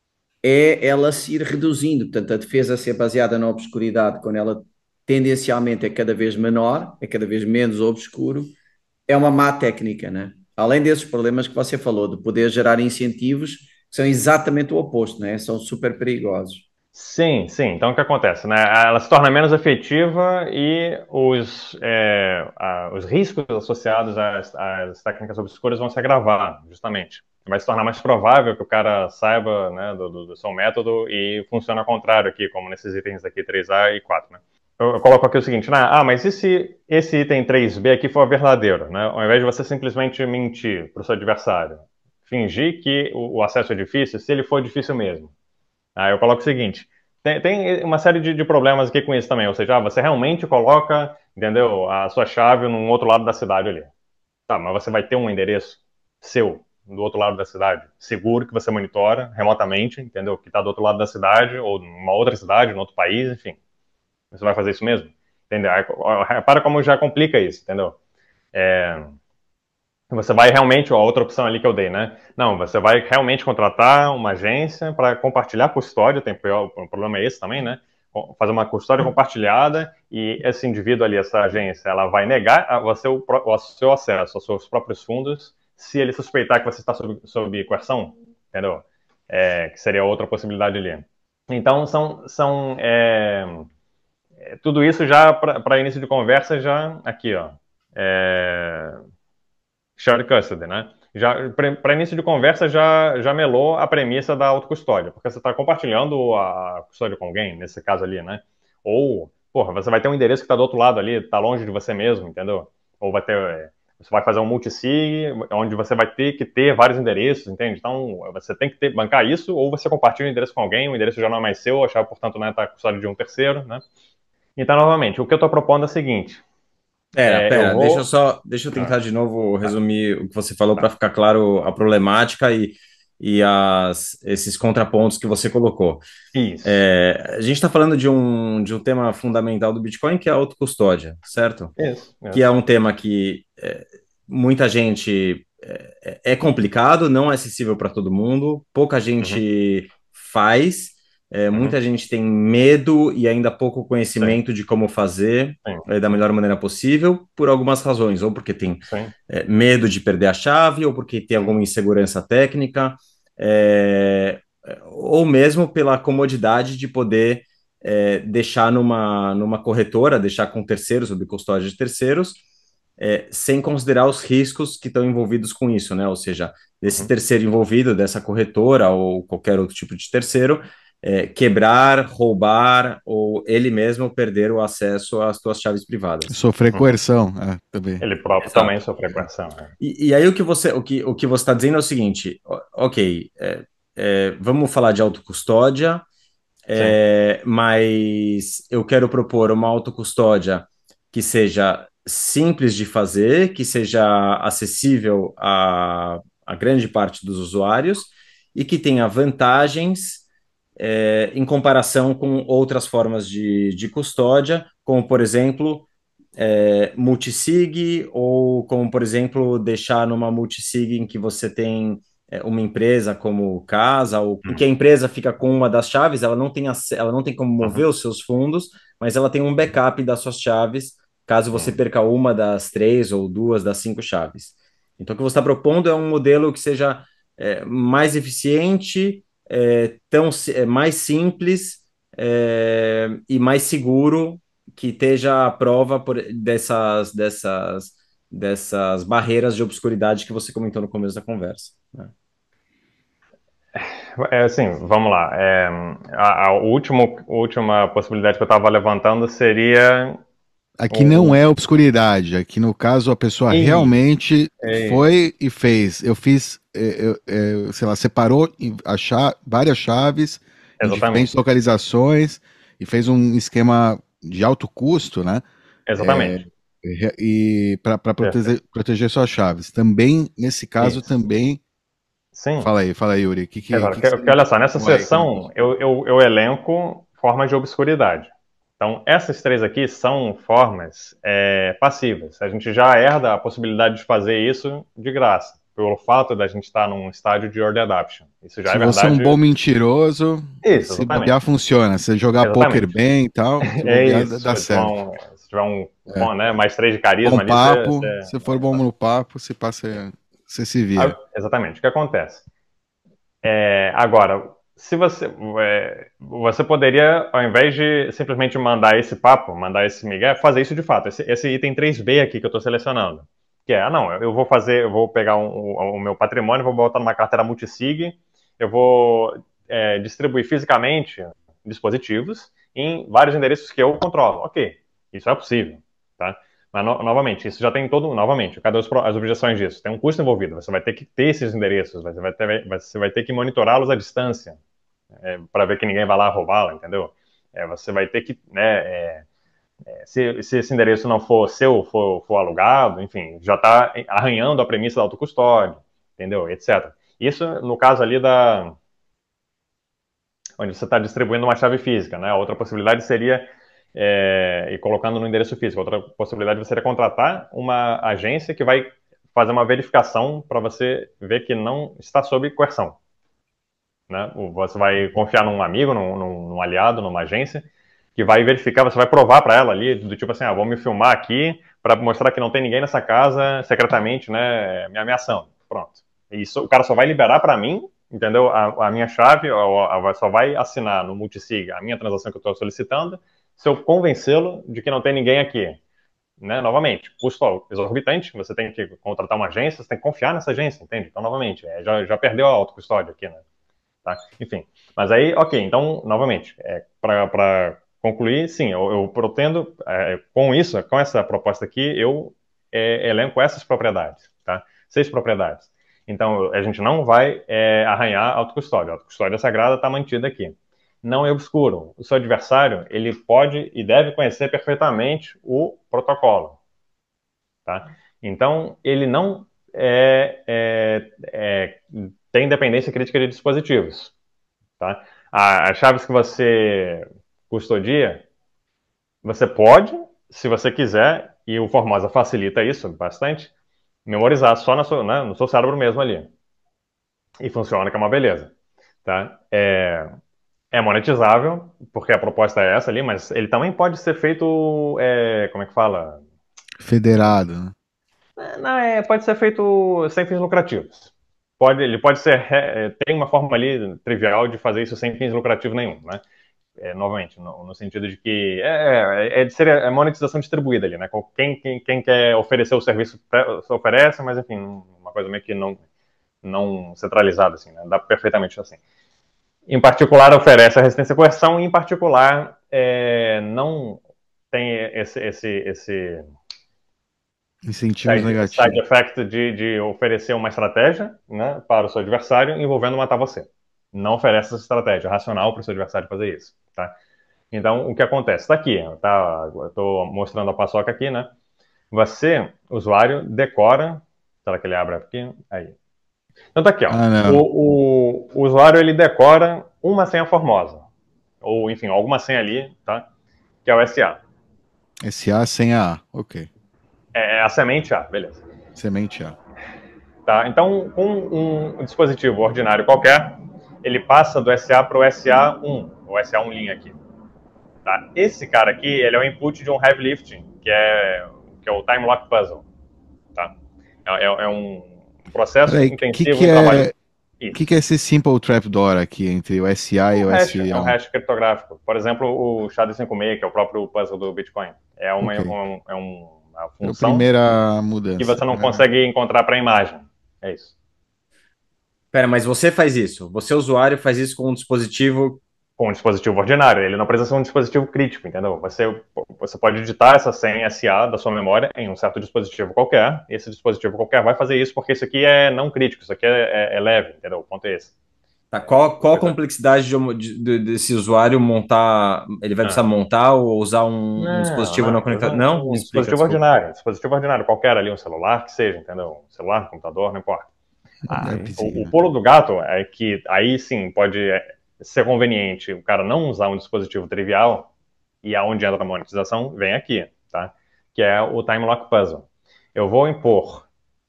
é ela se ir reduzindo, portanto a defesa ser baseada na obscuridade, quando ela tendencialmente é cada vez menor, é cada vez menos obscuro, é uma má técnica, né? Além desses problemas que você falou, de poder gerar incentivos, que são exatamente o oposto, né? São super perigosos. Sim, sim. Então o que acontece, né? Ela se torna menos efetiva e os, é, a, os riscos associados às, às técnicas obscuras vão se agravar, justamente. vai se tornar mais provável que o cara saiba, né, do, do, do seu método e funciona ao contrário aqui, como nesses itens aqui três A e quatro, né? Eu, eu coloco aqui o seguinte, né, ah, mas e se esse item três B aqui for verdadeiro, né? Ao invés de você simplesmente mentir para o seu adversário, fingir que o, o acesso é difícil, se ele for difícil mesmo. Aí eu coloco o seguinte, tem, tem uma série de, de problemas aqui com isso também, ou seja, ah, você realmente coloca, entendeu, a sua chave num outro lado da cidade ali. Tá, mas você vai ter um endereço seu do outro lado da cidade, seguro, que você monitora remotamente, entendeu? Que está do outro lado da cidade, ou numa outra cidade, em outro país, enfim. Você vai fazer isso mesmo? Entendeu? Repara como já complica isso, entendeu? É... Você vai realmente, ó, a outra opção ali que eu dei, né? Não, você vai realmente contratar uma agência para compartilhar custódia, tem, o problema é esse também, né? Fazer uma custódia compartilhada e esse indivíduo ali, essa agência, ela vai negar a você o, o seu acesso aos seus próprios fundos se ele suspeitar que você está sob, sob coerção, entendeu? É, que seria outra possibilidade ali. Então, são, são é, é, tudo isso já para início de conversa, já aqui, ó, é, shared custody, né? Para início de conversa, já, já melou a premissa da autocustódia, porque você está compartilhando a custódia com alguém, nesse caso ali, né? Ou, porra, você vai ter um endereço que está do outro lado ali, está longe de você mesmo, entendeu? Ou vai ter, você vai fazer um multisig, onde você vai ter que ter vários endereços, entende? Então, você tem que ter, bancar isso, ou você compartilha o endereço com alguém, o endereço já não é mais seu, a chave, portanto, não está custódia de um terceiro, né? Então, novamente, o que eu estou propondo é o seguinte... Pera, é, pera, eu vou... deixa eu só, deixa eu tentar ah, de novo resumir o que você falou para ficar claro a problemática e, e as, esses contrapontos que você colocou. Isso. É, a gente está falando de um, de um tema fundamental do Bitcoin, que é a autocustódia, certo? Isso, isso. Que é um tema que é, muita gente é, é complicado, não é acessível para todo mundo, pouca gente uhum. faz. É, uhum. Muita gente tem medo e ainda pouco conhecimento Sim. de como fazer é, da melhor maneira possível, por algumas razões, ou porque tem é, medo de perder a chave, ou porque tem alguma insegurança técnica, é, ou mesmo pela comodidade de poder é, deixar numa, numa corretora, deixar com terceiros, sob custódia de terceiros, é, sem considerar os riscos que estão envolvidos com isso, né? Ou seja, desse uhum. terceiro envolvido, dessa corretora ou qualquer outro tipo de terceiro, É, quebrar, roubar ou ele mesmo perder o acesso às suas chaves privadas. Sofrer coerção, uhum. é, também. Ele próprio Exato. também sofre coerção. É. E, e aí o que você o que, o que você está dizendo é o seguinte, ok, é, é, vamos falar de autocustódia, é, mas eu quero propor uma autocustódia que seja simples de fazer, que seja acessível a, a grande parte dos usuários e que tenha vantagens É, em comparação com outras formas de, de custódia, como, por exemplo, é, multisig, ou como, por exemplo, deixar numa multisig em que você tem é, uma empresa como casa, ou em que a empresa fica com uma das chaves, ela não tem, ela não tem como mover uhum. os seus fundos, mas ela tem um backup das suas chaves, caso você perca uma das três ou duas das cinco chaves. Então, o que você está propondo é um modelo que seja é, mais eficiente, É, tão, é, mais simples é, e mais seguro, que esteja a prova por, dessas, dessas, dessas barreiras de obscuridade que você comentou no começo da conversa, né? É assim, vamos lá. É, a, a, último, a última possibilidade que eu estava levantando seria... Aqui um... não é obscuridade. Aqui, no caso, a pessoa Ei. realmente Ei. foi e fez. Eu fiz, eu, eu, sei lá, separou a chave, várias chaves Exatamente. em diferentes localizações e fez um esquema de alto custo, né? Exatamente. É, e para proteger, proteger suas chaves. Também, nesse caso, Isso. também... Sim. Fala aí, fala aí, Yuri. Que, que, Exato, que que, que que, olha só, nessa sessão eu, eu, eu elenco formas de obscuridade. Então, essas três aqui são formas é, passivas. A gente já herda a possibilidade de fazer isso de graça, pelo fato da gente estar num estádio de early adoption. Isso já se é verdade. Se você é um bom mentiroso, isso, se bobear funciona. Se jogar poker bem e tal, se bobear, é isso, dá certo. Um, se tiver um é. bom, né, mais três de carisma bom ali... papo, você, se for bom no papo, você passa... Você se vira. Ah, exatamente. O que acontece? É, agora, se você, é, você poderia, ao invés de simplesmente mandar esse papo, mandar esse migué, fazer isso de fato. Esse, esse item três B aqui que eu estou selecionando. que é, ah, não, eu vou fazer, eu vou pegar um, o, o meu patrimônio, vou botar numa carteira multisig, eu vou é, distribuir fisicamente dispositivos em vários endereços que eu controlo. Ok, isso é possível, tá? Mas, no, novamente, isso já tem todo, novamente, cadê as, as objeções disso? Tem um custo envolvido, você vai ter que ter esses endereços, você vai ter, você vai ter que monitorá-los à distância, é, para ver que ninguém vai lá roubá-la, entendeu? É, você vai ter que, né, é, é, se, se esse endereço não for seu, for, for alugado, enfim, já está arranhando a premissa da autocustódia, entendeu? Etc. Isso no caso ali da... onde você está distribuindo uma chave física, né? A outra possibilidade seria, é, e colocando no endereço físico, outra possibilidade seria contratar uma agência que vai fazer uma verificação para você ver que não está sob coerção. Né? Você vai confiar num amigo, num, num aliado, numa agência, que vai verificar, você vai provar para ela ali, do tipo assim, ah, vou me filmar aqui para mostrar que não tem ninguém nessa casa secretamente, né, me ameaçando. Pronto. Isso, o cara só vai liberar para mim, entendeu? A, a minha chave, a, a, só vai assinar no multisig a minha transação que eu estou solicitando, se eu convencê-lo de que não tem ninguém aqui. Né? Novamente, custo exorbitante, você tem que contratar uma agência, você tem que confiar nessa agência, entende? Então, novamente, é, já, já perdeu a autocustódia aqui, né? Tá? Enfim, mas aí, ok, então, novamente, é, para concluir, sim, eu, eu pretendo, é, com isso, com essa proposta aqui, eu é, elenco essas propriedades, tá? Seis propriedades. Então, a gente não vai é, arranhar a autocustódia. A autocustódia sagrada está mantida aqui. Não é obscuro. O seu adversário, ele pode e deve conhecer perfeitamente o protocolo, tá? Então, ele não é, é, é, tem dependência crítica de dispositivos. Tá? As chaves que você custodia, você pode, se você quiser, e o Formosa facilita isso bastante, memorizar só na sua, né, no seu cérebro mesmo ali. E funciona, que é uma beleza. Tá? É, é monetizável, porque a proposta é essa ali, mas ele também pode ser feito, é, como é que fala? Federado, né? Não, é, pode ser feito sem fins lucrativos. Pode, ele pode ser, é, tem uma forma ali trivial de fazer isso sem fins lucrativos nenhum, né? É, novamente, no, no sentido de que é, é, é, seria é monetização distribuída ali, né? Quem, quem, quem quer oferecer o serviço oferece, mas enfim, uma coisa meio que não, não centralizada, assim, né? Dá perfeitamente assim. Em particular, oferece a resistência à coerção, e em particular, é, não tem esse, esse, esse incentivos side, negativos. Side effect de, de oferecer uma estratégia, né, para o seu adversário envolvendo matar você. Não oferece essa estratégia racional para o seu adversário fazer isso. Tá? Então, o que acontece? Está aqui, tá? Estou mostrando a paçoca aqui, né? Você, usuário, decora. Será que ele abre aqui? Aí. Então tá aqui, ó. Ah, o, o, o usuário ele decora uma senha formosa. Ou, enfim, alguma senha ali, tá? Que é o S A. S A sem A, ok. É, é a semente A, beleza. Semente A. Tá? Então, um, um dispositivo ordinário qualquer, ele passa do S A para o S A um, o S A um linha aqui. Tá? Esse cara aqui, ele é o input de um heavy lifting, que é, que é o time lock puzzle. Tá? É, é um processo Peraí, intensivo que que em trabalho. O que, que é esse simple trapdoor aqui entre o S A um e o hash, S A um? É um hash criptográfico. Por exemplo, o S H A D cinco seis, que é o próprio puzzle do Bitcoin. É uma, okay. um, é uma função é a primeira mudança, que você não consegue encontrar para a imagem. É isso. Pera, mas você faz isso? Você, usuário, faz isso com um dispositivo... Com um dispositivo ordinário. Ele não precisa ser um dispositivo crítico, entendeu? Você, você pode digitar essa senha S A da sua memória em um certo dispositivo qualquer. Esse dispositivo qualquer vai fazer isso porque isso aqui é não crítico, isso aqui é, é, é leve, entendeu? O ponto é esse. Tá, qual, qual a complexidade de, de, desse usuário montar? Ele vai precisar ah. montar ou usar um, não, um dispositivo não, não conectado? Não? Um, um dispositivo ordinário. Um dispositivo ordinário qualquer ali, um celular, que seja, entendeu? Um celular, um computador, não importa. Ah, o, o pulo do gato é que aí sim pode ser conveniente o cara não usar um dispositivo trivial, e aonde entra a monetização vem aqui, tá? Que é o time lock puzzle. Eu vou impor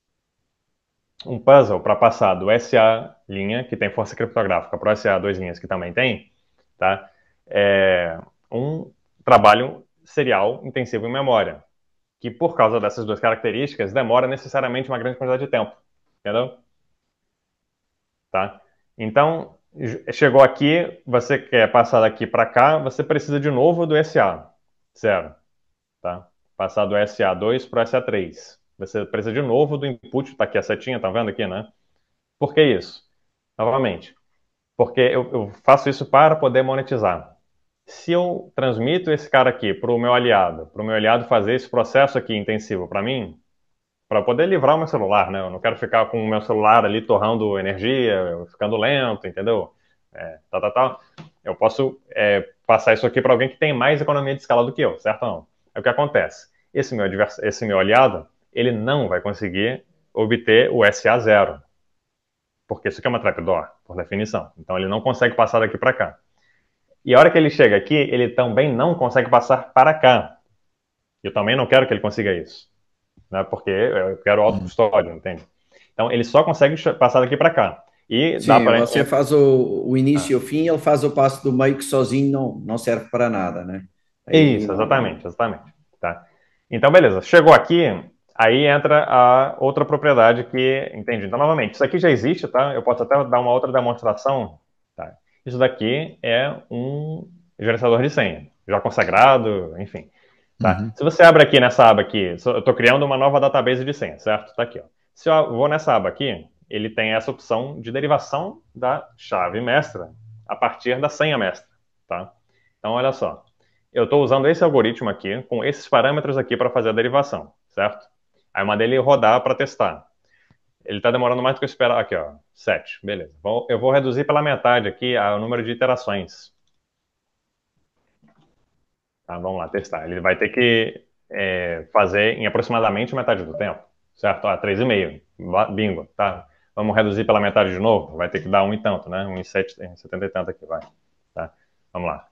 um puzzle para passar do S A linha, que tem força criptográfica, para o S A dois linhas, que também tem, tá? É um trabalho serial intensivo em memória, que por causa dessas duas características demora necessariamente uma grande quantidade de tempo, entendeu? Tá? Então, chegou aqui, você quer passar daqui para cá, você precisa de novo do S A zero. Tá? Passar do S A dois para o S A três. Você precisa de novo do input, tá aqui a setinha, tá vendo aqui, né? Por que isso? Novamente, porque eu, eu faço isso para poder monetizar. Se eu transmito esse cara aqui para o meu aliado, para o meu aliado fazer esse processo aqui intensivo para mim, para poder livrar o meu celular, né? Eu não quero ficar com o meu celular ali torrando energia, ficando lento, entendeu? É, tá, tá, tá. Eu posso é, passar isso aqui para alguém que tem mais economia de escala do que eu, certo ou não? É o que acontece. Esse meu, esse meu aliado, ele não vai conseguir obter o S A zero, porque isso aqui é uma trapdoor, por definição. Então ele não consegue passar daqui para cá. E a hora que ele chega aqui, ele também não consegue passar para cá. Eu também não quero que ele consiga isso, né? Porque eu quero autocustódio, entende? Então ele só consegue passar daqui para cá. E Sim, dá pra... você faz o, o início e ah. o fim, ele faz o passo do meio que sozinho não, não serve para nada, né? Aí... Isso, exatamente, exatamente. Tá? Então, beleza. Chegou aqui, aí entra a outra propriedade que, entende? Então, novamente, isso aqui já existe, tá? Eu posso até dar uma outra demonstração, tá? Isso daqui é um gerenciador de senha, já consagrado, enfim. Tá? Uhum. Se você abre aqui nessa aba aqui, eu estou criando uma nova database de senha, certo? Tá aqui, ó. Se eu vou nessa aba aqui, ele tem essa opção de derivação da chave mestra a partir da senha mestra, tá? Então, olha só. Eu estou usando esse algoritmo aqui, com esses parâmetros aqui para fazer a derivação, certo? Aí eu mandei ele rodar para testar. Ele está demorando mais do que eu esperava. Aqui, ó, sete, beleza. Eu vou reduzir pela metade aqui o número de iterações. Tá, vamos lá, testar. Ele vai ter que é, fazer em aproximadamente metade do tempo, certo? Ah, três vírgula cinco, bingo, tá? Vamos reduzir pela metade de novo? Vai ter que dar um e tanto, né? Um e setenta e tanto aqui, vai. Tá? Vamos lá.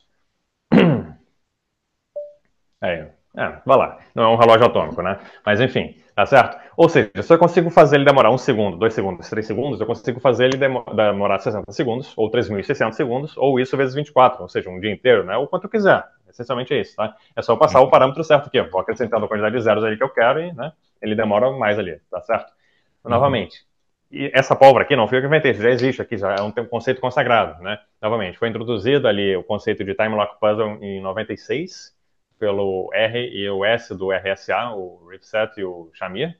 Aí, é, vai lá. Não é um relógio atômico, né? Mas enfim, tá certo? Ou seja, se eu consigo fazer ele demorar um segundo, dois segundos, três segundos, eu consigo fazer ele demorar sessenta segundos, ou três mil e seiscentos segundos, ou isso vezes vinte e quatro, ou seja, um dia inteiro, né? Ou quanto eu quiser. Essencialmente é isso, tá? É só eu passar o parâmetro certo aqui, ó. Vou acrescentando a quantidade de zeros ali que eu quero e, né? Ele demora mais ali, tá certo? Então, novamente, e essa pólvora aqui não foi eu que inventei, isso já existe aqui, já é um conceito consagrado, né? Novamente, foi introduzido ali o conceito de Time Lock Puzzle em noventa e seis, pelo R e o S do R S A, o Ripset e o Shamir.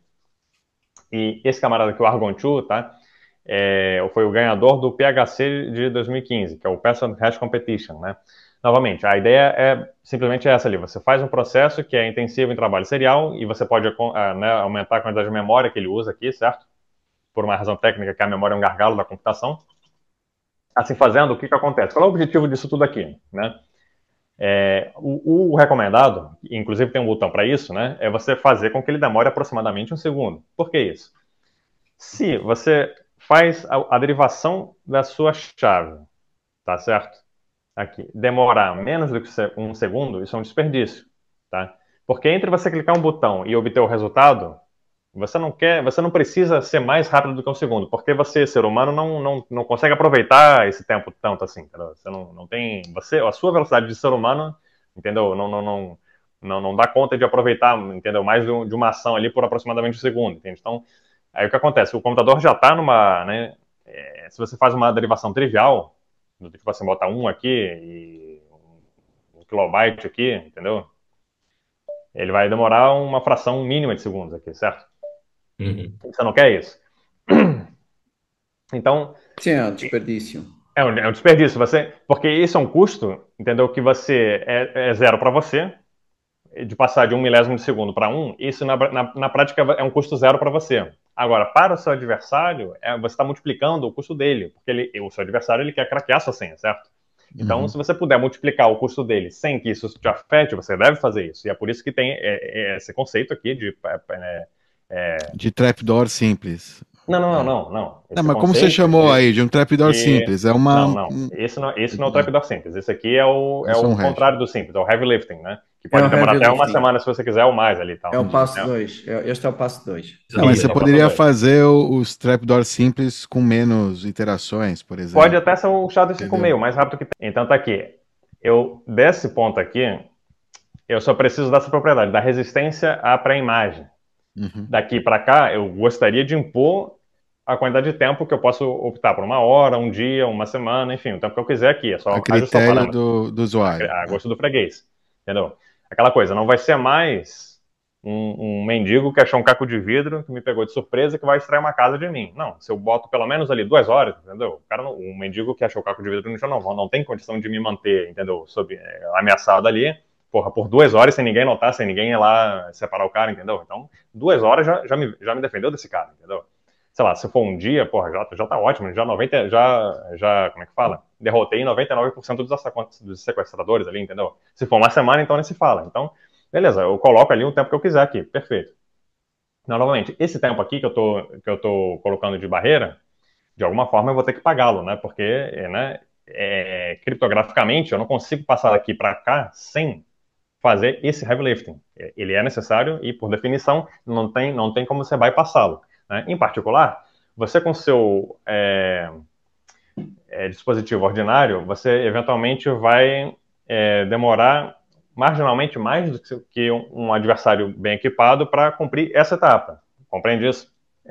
E esse camarada aqui, o Argon dois, tá? É, foi o ganhador do P H C de dois mil e quinze, que é o Person Hash Competition, né? Novamente, a ideia é simplesmente essa ali. Você faz um processo que é intensivo em trabalho serial e você pode uh, né, aumentar a quantidade de memória que ele usa aqui, certo? Por uma razão técnica, que a memória é um gargalo da computação. Assim fazendo, o que, que acontece? Qual é o objetivo disso tudo aqui, né? É, o, o recomendado, inclusive tem um botão para isso, né, é você fazer com que ele demore aproximadamente um segundo. Por que isso? Se você faz a, a derivação da sua chave, tá certo? Aqui, demorar menos do que um segundo, isso é um desperdício, tá? Porque entre você clicar um botão e obter o resultado, você não quer, você não precisa ser mais rápido do que um segundo, porque você, ser humano, não, não, não consegue aproveitar esse tempo tanto assim, entendeu? Você não, não tem, você, a sua velocidade de ser humano, entendeu? Não, não, não, não, não dá conta de aproveitar, entendeu? Mais de, um, de uma ação ali por aproximadamente um segundo, entende? Então, aí o que acontece? O computador já está numa, né? É, se você faz uma derivação trivial, do tipo assim, bota um aqui e um kilobyte aqui, entendeu? Ele vai demorar uma fração mínima de segundos aqui, certo? Uhum. Você não quer isso? Então... Sim, é um desperdício. É um, é um desperdício. Você, porque isso é um custo, entendeu? Que você é, é zero para você, de passar de um milésimo de segundo para um, isso na, na, na prática é um custo zero para você. Agora, para o seu adversário, é, você está multiplicando o custo dele, porque ele, o seu adversário ele quer craquear a sua senha, certo? Então, uhum. se você puder multiplicar o custo dele sem que isso te afete, você deve fazer isso. E é por isso que tem é, é esse conceito aqui de... É, é... De trapdoor simples. Não, não, não, não. Não, não mas como você chamou de... aí, de um trapdoor e... simples? É uma... Não, não. Esse não, esse não é o trapdoor simples. Esse aqui é o, é o um contrário do simples, é o heavy lifting, né? Que pode é demorar até lifting. Uma semana se você quiser ou mais ali. Tal. É o passo dois. É. Este é o passo dois. Não, mas você poderia fazer os trapdoor simples com menos iterações, por exemplo. Pode até ser um S H A-D cinco meio, mais rápido que tem. Então tá aqui. Eu, desse ponto aqui, eu só preciso dessa propriedade, da resistência à pré-imagem. Uhum. Daqui para cá, eu gostaria de impor a quantidade de tempo que eu posso optar por uma hora, um dia, uma semana, enfim, o tempo que eu quiser aqui. É só a critério do, do usuário. A, a gosto do freguês, entendeu? Aquela coisa, não vai ser mais um, um mendigo que achou um caco de vidro, que me pegou de surpresa, que vai extrair uma casa de mim. Não, se eu boto pelo menos ali duas horas, entendeu? O cara não, um mendigo que achou o caco de vidro no chão, não, não tem condição de me manter, entendeu? Sob, é, ameaçado ali, porra, por duas horas sem ninguém notar, sem ninguém ir lá separar o cara, entendeu? Então, duas horas já, já, me, já me defendeu desse cara, entendeu? Sei lá, se for um dia, porra, já, já tá ótimo, já noventa, já, já, como é que fala? Derrotei noventa e nove por cento dos, dos sequestradores ali, entendeu? Se for uma semana, então nem se fala. Então, beleza, eu coloco ali o tempo que eu quiser aqui, perfeito. Não, novamente, esse tempo aqui que eu tô, que eu tô colocando de barreira, de alguma forma eu vou ter que pagá-lo, né? Porque, né, é, criptograficamente, eu não consigo passar daqui para cá sem fazer esse heavy lifting. Ele é necessário e, por definição, não tem, não tem como você bypassá-lo. Né? Em particular, você com seu é, é, dispositivo ordinário, você eventualmente vai é, demorar marginalmente mais do que um, um adversário bem equipado para cumprir essa etapa. Compreende isso?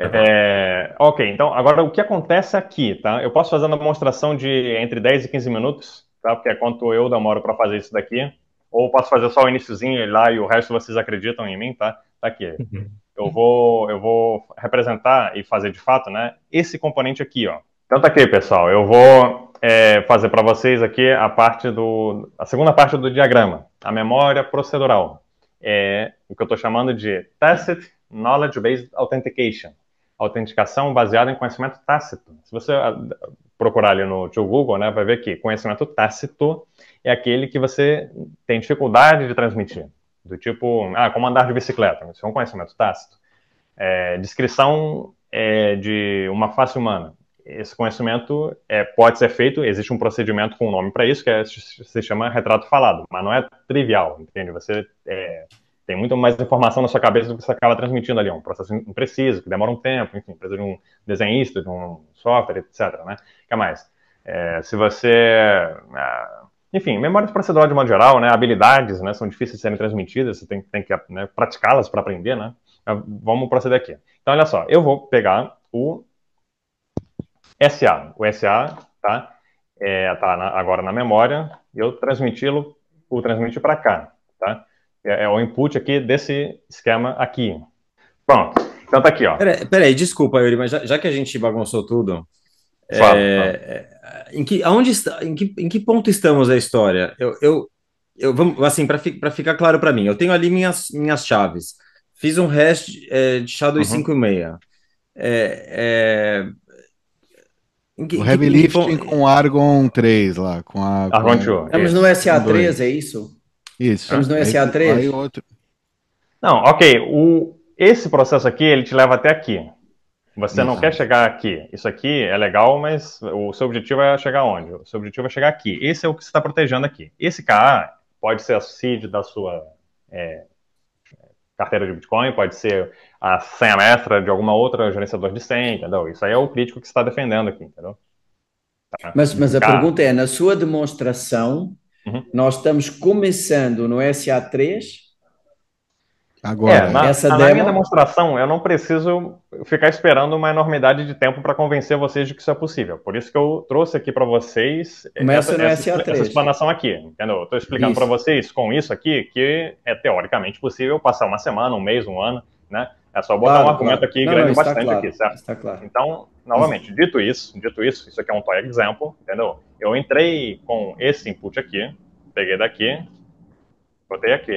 É, ok, então agora o que acontece aqui, tá? Eu posso fazer uma demonstração de entre dez e quinze minutos, tá? Porque é quanto eu demoro para fazer isso daqui. Ou posso fazer só o iniciozinho lá e o resto vocês acreditam em mim, tá? Tá aqui. Eu vou, eu vou representar e fazer de fato, né? Esse componente aqui, ó. Então tá aqui, pessoal. Eu vou é, fazer para vocês aqui a parte do, a segunda parte do diagrama, a memória procedural. É o que eu estou chamando de Tacit Knowledge Based Authentication. Autenticação baseada em conhecimento tácito. Se você procurar ali no tio Google, né, vai ver que conhecimento tácito é aquele que você tem dificuldade de transmitir. Do tipo, ah, como andar de bicicleta. Isso é um conhecimento tácito. É, descrição é, de uma face humana. Esse conhecimento é, pode ser feito, existe um procedimento com um nome para isso, que é, se chama retrato falado, mas não é trivial, entende? Você é, tem muito mais informação na sua cabeça do que você acaba transmitindo ali. É um processo impreciso, que demora um tempo, enfim, precisa de um desenhista, de um software, etcétera. Né? O que mais? É, se você... É, enfim, memória procedural de modo geral, né? Habilidades, né? São difíceis de serem transmitidas, você tem, tem que né, praticá-las para aprender, né? Vamos proceder aqui. Então, olha só, eu vou pegar o S A. O S A tá, é, tá na, agora na memória e eu transmiti-lo, o transmiti para cá, tá? É, é o input aqui desse esquema aqui. Pronto. Então tá aqui, ó. Peraí, peraí desculpa, Yuri, mas já, já que a gente bagunçou tudo, Fala, é, fala. Em, que, aonde está, em, que, em que ponto estamos a história? Eu, eu, eu vamos, assim, para fi, ficar claro para mim, eu tenho ali minhas, minhas chaves. Fiz um hash é, de SHA duzentos e cinquenta e seis. É, é, em que, o heavy em que, lifting em que, com o Argon três lá, com a... Com Argon dois. Estamos no S A três, é isso? Isso. Estamos no S A três? Outro... Não, ok. O, esse processo aqui, ele te leva até aqui. Você Exato. Não quer chegar aqui. Isso aqui é legal, mas o seu objetivo é chegar onde? O seu objetivo é chegar aqui. Esse é o que você está protegendo aqui. Esse K A pode ser a seed da sua é, carteira de Bitcoin, pode ser a senha mestra de alguma outra gerenciador de senha, entendeu? Isso aí é o crítico que você está defendendo aqui, entendeu? Tá. Mas, mas a K A. Pergunta é, na sua demonstração, uhum. nós estamos começando no S A três... Agora, é, na, essa na demo... minha demonstração, eu não preciso ficar esperando uma enormidade de tempo para convencer vocês de que isso é possível. Por isso que eu trouxe aqui para vocês essa, essa, essa, essa explanação aqui. Entendeu? Eu estou explicando para vocês com isso aqui que é teoricamente possível passar uma semana, um mês, um ano, né? É só botar claro, um argumento claro. aqui não, grande não, bastante claro, aqui, certo? Está claro. Então, novamente, dito isso, dito isso, isso aqui é um toy example, entendeu? Eu entrei com esse input aqui, peguei daqui, botei aqui.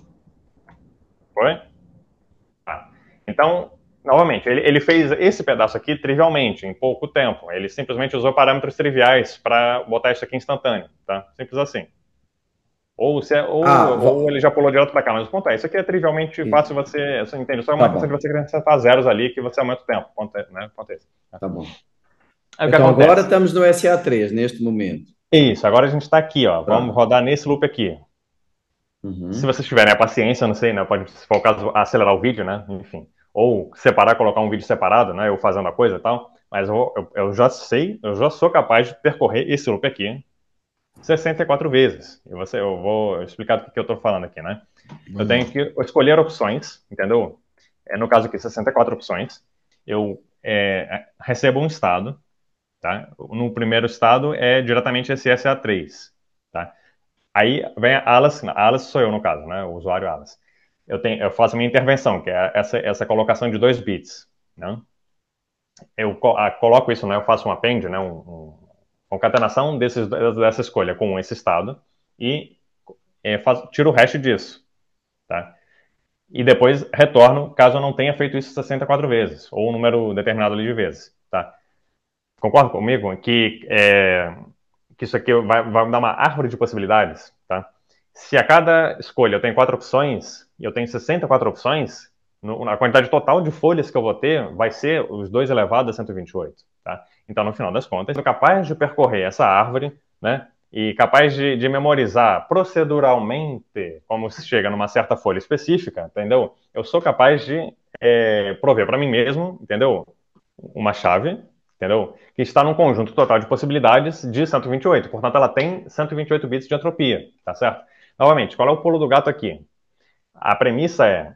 Foi? Tá. Então, novamente, ele, ele fez esse pedaço aqui trivialmente, em pouco tempo. Ele simplesmente usou parâmetros triviais para botar isso aqui instantâneo, tá? Simples assim. Ou, se é, ou, ah, ou ele já pulou direto para cá, mas o ponto é, isso aqui é trivialmente isso. Fácil você, você entende, só é uma tá questão de você acrescentar zeros ali que você aumenta o tempo, ponto, né? Ponto é esse. Tá bom. Aí, então agora estamos no S A três, neste momento. Isso, agora a gente está aqui, ó. Tá. Vamos rodar nesse loop aqui. Uhum. Se vocês tiverem a paciência, não sei, né? Pode, se for o caso, acelerar o vídeo, né? Enfim. Ou separar, colocar um vídeo separado, né? Eu fazendo a coisa e tal. Mas eu, eu, eu já sei, eu já sou capaz de percorrer esse loop aqui sessenta e quatro vezes. E você, eu vou explicar do que eu estou falando aqui, né? Uhum. Eu tenho que escolher opções, entendeu? É, no caso aqui, sessenta e quatro opções. Eu é, recebo um estado, tá? No primeiro estado é diretamente esse S A três, tá? Aí vem a Alice, a Alice sou eu no caso, né? O usuário Alice. eu, tenho, eu faço a minha intervenção, que é essa, essa colocação de dois bits, né? Eu coloco isso, né? Eu faço um append, né? Um, um, concatenação desses, dessa escolha com esse estado e é, faz, tiro o hash disso, tá? E depois retorno, caso eu não tenha feito isso sessenta e quatro vezes, ou um número determinado ali de vezes, tá? Concorda comigo que, é, que isso aqui vai, vai me dar uma árvore de possibilidades, tá? Se a cada escolha eu tenho quatro opções, e eu tenho sessenta e quatro opções, no, a quantidade total de folhas que eu vou ter vai ser os dois elevado a cento e vinte e oito, tá? Então, no final das contas, eu sou capaz de percorrer essa árvore, né? E capaz de, de memorizar proceduralmente, como se chega numa certa folha específica, entendeu? Eu sou capaz de é, prover para mim mesmo, entendeu? Uma chave, entendeu? Que está num conjunto total de possibilidades de cento e vinte e oito. Portanto, ela tem cento e vinte e oito bits de entropia, tá certo? Novamente, qual é o pulo do gato aqui? A premissa é,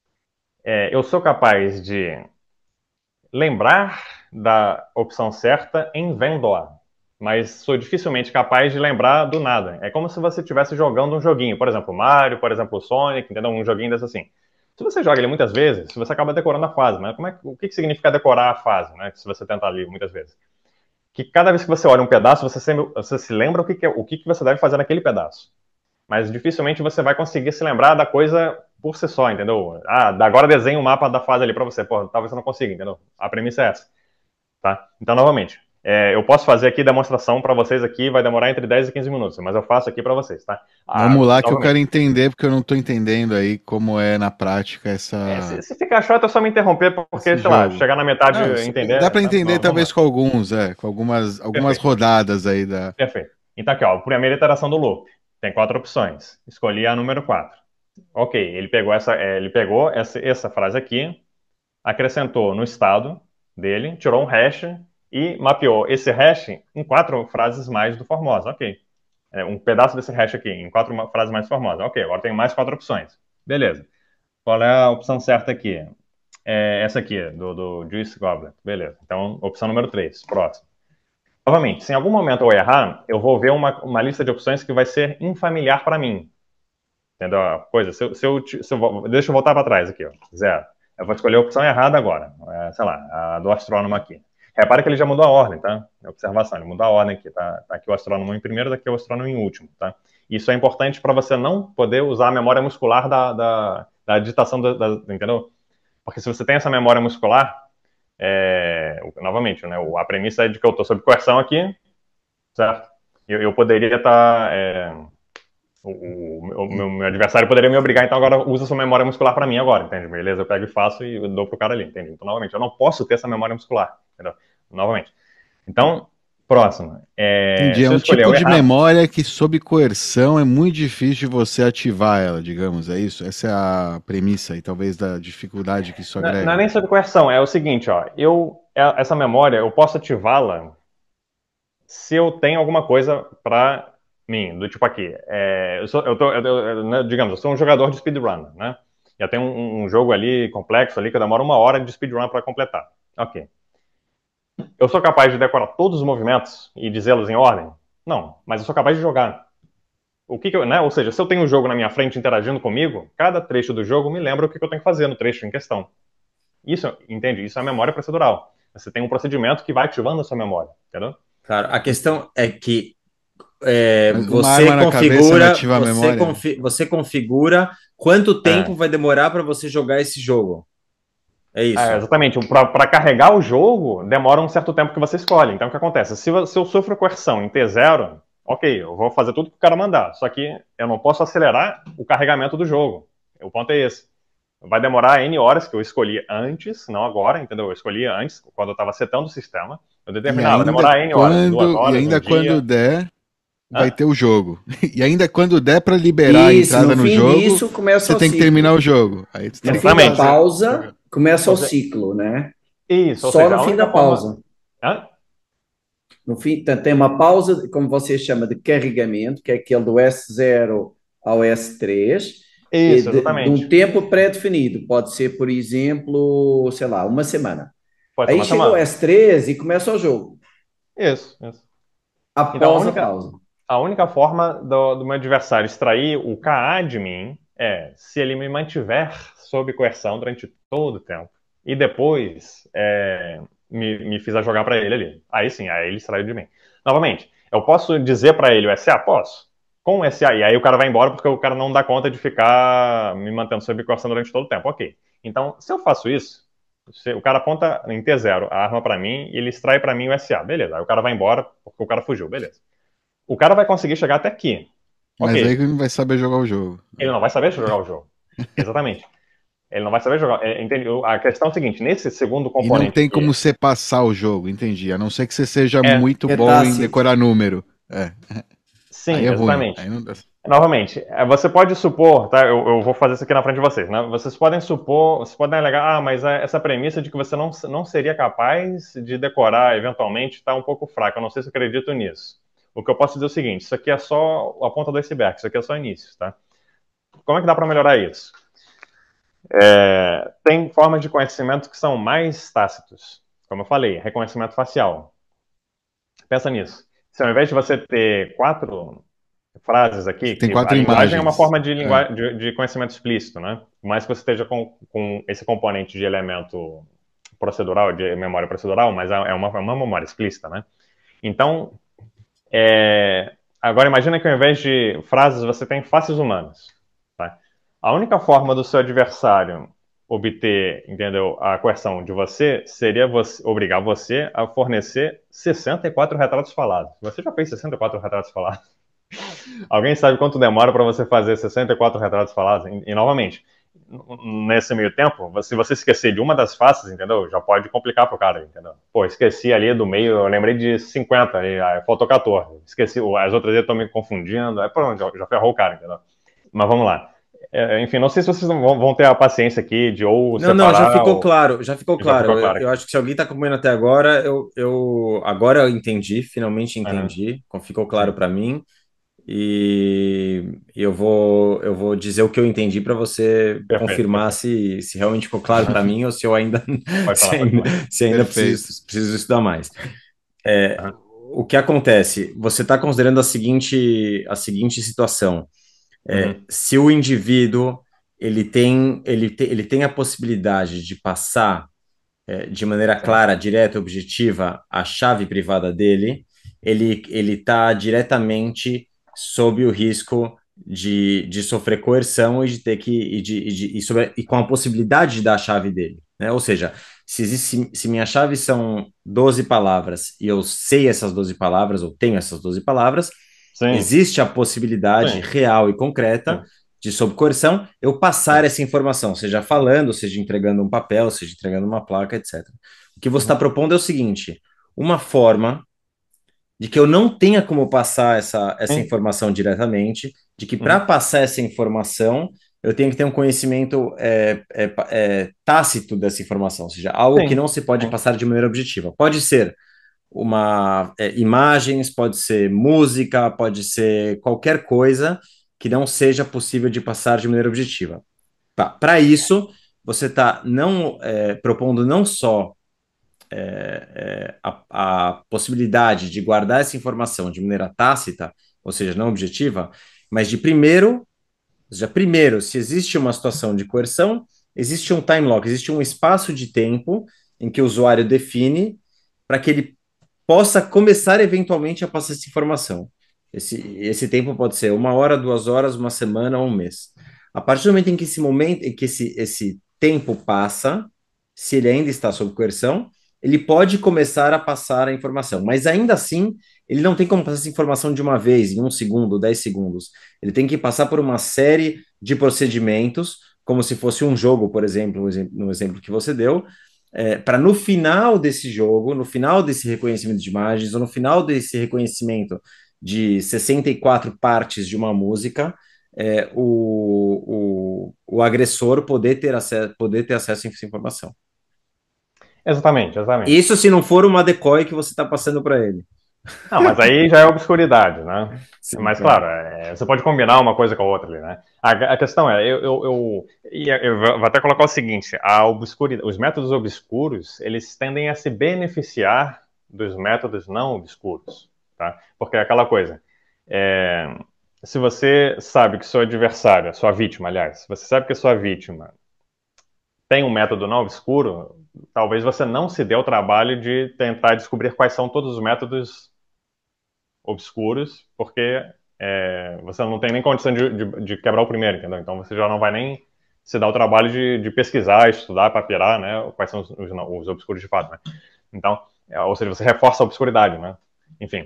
é eu sou capaz de lembrar da opção certa em vendo-a, mas sou dificilmente capaz de lembrar do nada. É como se você estivesse jogando um joguinho, por exemplo, Mario, por exemplo, Sonic, entendeu? Um joguinho desse assim. Se você joga ele muitas vezes, você acaba decorando a fase, né? Como é, o que, que significa decorar a fase, né? Se você tentar ali muitas vezes. Que cada vez que você olha um pedaço, você, sempre, você se lembra o, que, que, é, o que, que você deve fazer naquele pedaço. Mas dificilmente você vai conseguir se lembrar da coisa por si só, entendeu? Ah, agora desenha o um mapa da fase ali pra você. Pô, talvez você não consiga, entendeu? A premissa é essa, tá? Então, novamente, é, eu posso fazer aqui demonstração para vocês aqui, vai demorar entre dez e quinze minutos, mas eu faço aqui para vocês, tá? Ah, vamos lá, novamente, que eu quero entender, porque eu não tô entendendo aí como é na prática essa... É, se, se ficar chato é só me interromper, porque, Esse sei jogo. lá, chegar na metade e entender... Dá para entender, tá, talvez, com alguns, é, com algumas, algumas rodadas aí da... Perfeito. Então aqui, ó, a primeira iteração do loop. Tem quatro opções. Escolhi a número quatro. Ok, ele pegou essa, é, ele pegou essa, essa frase aqui, acrescentou no estado dele, tirou um hash e mapeou esse hash em quatro frases mais do Formosa. Ok. É, um pedaço desse hash aqui em quatro frases mais formosas. Ok, agora tem mais quatro opções. Beleza. Qual é a opção certa aqui? É essa aqui, do, do Juice Goblet. Beleza. Então, opção número três. Próximo. Novamente, se em algum momento eu errar, eu vou ver uma, uma lista de opções que vai ser infamiliar para mim. Entendeu a coisa? Se eu, se eu, se eu, deixa eu voltar para trás aqui, ó. Zero. Eu vou escolher a opção errada agora. É, sei lá, a do astrônomo aqui. Repare que ele já mudou a ordem, tá? Observação, ele mudou a ordem aqui, tá? Tá aqui o astrônomo em primeiro, daqui o astrônomo em último, tá? Isso é importante para você não poder usar a memória muscular da, da, da digitação, da, da, entendeu? Porque se você tem essa memória muscular, é, novamente, né, a premissa é de que eu estou sob coerção aqui, certo? Eu, eu poderia estar... Tá, é, o, o, o meu, meu adversário poderia me obrigar, então agora usa sua memória muscular para mim agora, entende? Beleza, eu pego e faço e dou pro cara ali, entende? Então, novamente, eu não posso ter essa memória muscular, entendeu? Novamente. Então, próximo. É, Entendi, é um tipo de errar... memória que, sob coerção, é muito difícil de você ativar ela, digamos, é isso? Essa é a premissa e talvez da dificuldade que isso agrega. Não, não é nem sob coerção, é o seguinte, ó, eu, essa memória, eu posso ativá-la se eu tenho alguma coisa para mim, do tipo aqui, é, eu sou, eu tô, eu, eu, né, digamos, eu sou um jogador de speedrun, né? Já tem um, um jogo ali complexo ali que demora uma hora de speedrun para completar. Ok. Eu sou capaz de decorar todos os movimentos e dizê-los em ordem? Não, mas eu sou capaz de jogar. O que, que eu, né? Ou seja, se eu tenho um jogo na minha frente interagindo comigo, cada trecho do jogo me lembra o que, que eu tenho que fazer no trecho em questão. Isso, entende? Isso é memória procedural. Você tem um procedimento que vai ativando a sua memória, entendeu? Claro, a questão é que É, você configura, você, confi você configura quanto tempo é. vai demorar para você jogar esse jogo. É isso. É, exatamente. Para carregar o jogo, demora um certo tempo que você escolhe. Então, o que acontece? Se, se eu sofro coerção em T zero, ok, eu vou fazer tudo que o cara mandar. Só que eu não posso acelerar o carregamento do jogo. O ponto é esse. Vai demorar N horas que eu escolhi antes, não agora, entendeu? Eu escolhi antes, quando eu estava setando o sistema. Eu determinava, demorar N horas, quando, duas horas, E ainda um quando dia. der... vai ah. ter o jogo. E ainda quando der para liberar Isso, a entrada no, no fim jogo, disso, começa você o tem ciclo. que terminar o jogo. Aí você no tem fim da pausa, começa o ciclo, né? Isso, Só seja, no fim da forma... pausa. Hã? No fim, tem uma pausa, como você chama, de carregamento, que é aquele do S zero ao S três. Isso, de, exatamente. De um tempo pré-definido. Pode ser, por exemplo, sei lá, uma semana. Pode Aí uma chega semana. o S três e começa o jogo. Isso, isso. Após então, a, única, a pausa. a única forma do, do meu adversário extrair o K A de mim é se ele me mantiver sob coerção durante todo o tempo e depois é, me, me fizer jogar para ele ali. Aí sim, aí ele saiu de mim. Novamente, eu posso dizer para ele o S A? Posso. Com o S A, e aí o cara vai embora porque o cara não dá conta de ficar me mantendo sob coerção durante todo o tempo. Ok. Então, se eu faço isso, se o cara aponta em T zero a arma para mim e ele extrai para mim o S A. Beleza. Aí o cara vai embora porque o cara fugiu. Beleza. O cara vai conseguir chegar até aqui. Mas okay. aí ele não vai saber jogar o jogo. Ele não vai saber jogar o jogo. Exatamente. Ele não vai saber jogar. É, entendeu? A questão é a seguinte, nesse segundo componente... E não tem aqui, como você passar o jogo, entendi. A não ser que você seja é, muito é bom tácito. em decorar número. É. Sim, aí é exatamente. Ruim. Aí não dá... Novamente, você pode supor, tá? Eu, eu vou fazer isso aqui na frente de vocês, né? Vocês podem supor, vocês podem alegar, ah, mas essa premissa de que você não, não seria capaz de decorar eventualmente está um pouco fraca. Eu não sei se eu acredito nisso. O que eu posso dizer é o seguinte, isso aqui é só a ponta do iceberg, isso aqui é só início, tá? Como é que dá para melhorar isso? É, tem formas de conhecimento que são mais tácitos. Como eu falei, reconhecimento facial. Pensa nisso. Se ao invés de você ter quatro frases aqui, tem que quatro a linguagem imagens. é uma forma de, lingu... é. de, de conhecimento explícito, né? Mais que você esteja com, com esse componente de elemento procedural, de memória procedural, mas é uma, é uma memória explícita, né? Então, é... agora imagina que ao invés de frases você tem faces humanas. Tá? A única forma do seu adversário obter, entendeu, a coerção de você seria você, obrigar você a fornecer sessenta e quatro retratos falados. Você já fez sessenta e quatro retratos falados? Alguém sabe quanto demora para você fazer sessenta e quatro retratos falados? E, e, novamente, nesse meio tempo, se você esquecer de uma das faces, entendeu? Já pode complicar pro cara, entendeu? Pô, esqueci ali do meio, eu lembrei de cinquenta, aí, aí faltou quatorze. Esqueci, as outras eu tô me confundindo, aí pronto, já, já ferrou o cara, entendeu? Mas vamos lá. É, enfim, não sei se vocês vão, vão ter a paciência aqui de ou não, separar... Não, já ficou ou... claro, já ficou já claro. Ficou claro. Eu, eu acho que se alguém está acompanhando até agora, eu, eu agora eu entendi, finalmente entendi, uhum. Ficou claro para mim. E eu vou, eu vou dizer o que eu entendi para você perfeito, confirmar perfeito. Se, se realmente ficou claro para mim ou se eu ainda, se ainda, se ainda preciso, preciso estudar mais. É, uhum. O que acontece? Você está considerando a seguinte, a seguinte situação. É, uhum. Se o indivíduo ele tem, ele, te, ele tem a possibilidade de passar é, de maneira clara, direta e objetiva a chave privada dele, ele está diretamente sob o risco de, de sofrer coerção e de ter que e, de, e, de, e, sobre, e com a possibilidade de dar a chave dele, né? Ou seja, se, existe, se minha chave são doze palavras e eu sei essas doze palavras, ou tenho essas doze palavras, sim, existe a possibilidade sim. real e concreta sim. de, sob coerção, eu passar sim. essa informação, seja falando, seja entregando um papel, seja entregando uma placa, etcétera. O que você está uhum. propondo é o seguinte, uma forma de que eu não tenha como passar essa, essa informação diretamente, de que para uhum. passar essa informação, eu tenho que ter um conhecimento é, é, é, tácito dessa informação, ou seja, algo Sim. que não se pode Sim. passar de maneira objetiva. Pode ser uma é, imagens, pode ser música, pode ser qualquer coisa que não seja possível de passar de maneira objetiva. Tá. Para isso, você está não é, propondo não só É, é, a, a possibilidade de guardar essa informação de maneira tácita, ou seja, não objetiva, mas de primeiro, já primeiro, se existe uma situação de coerção, existe um time lock, existe um espaço de tempo em que o usuário define para que ele possa começar eventualmente a passar essa informação. Esse, esse tempo pode ser uma hora, duas horas, uma semana ou um mês. A partir do momento em que esse momento, em que esse, esse tempo passa, se ele ainda está sob coerção, ele pode começar a passar a informação, mas ainda assim, ele não tem como passar essa informação de uma vez, em um segundo, dez segundos. Ele tem que passar por uma série de procedimentos, como se fosse um jogo, por exemplo, no exemplo que você deu, é, para no final desse jogo, no final desse reconhecimento de imagens, ou no final desse reconhecimento de sessenta e quatro partes de uma música, é, o, o, o agressor poder ter, acesso, poder ter acesso a essa informação. Exatamente, exatamente. Isso se não for uma decoy que você está passando para ele. Não, mas aí já é obscuridade, né? Sim, mas, claro, é, você pode combinar uma coisa com a outra ali, né? A, a questão é, eu, eu, eu, eu vou até colocar o seguinte, a obscuridade, os métodos obscuros, eles tendem a se beneficiar dos métodos não obscuros, tá? Porque é aquela coisa, é, se você sabe que seu adversário, sua vítima, aliás, se você sabe que a sua vítima tem um método não obscuro, talvez você não se dê o trabalho de tentar descobrir quais são todos os métodos obscuros, porque é, você não tem nem condição de, de, de quebrar o primeiro, entendeu? Então você já não vai nem se dar o trabalho de, de pesquisar, estudar, papirar, né, quais são os, os, os obscuros de fato, né? Então, é, ou seja, você reforça a obscuridade, né? Enfim.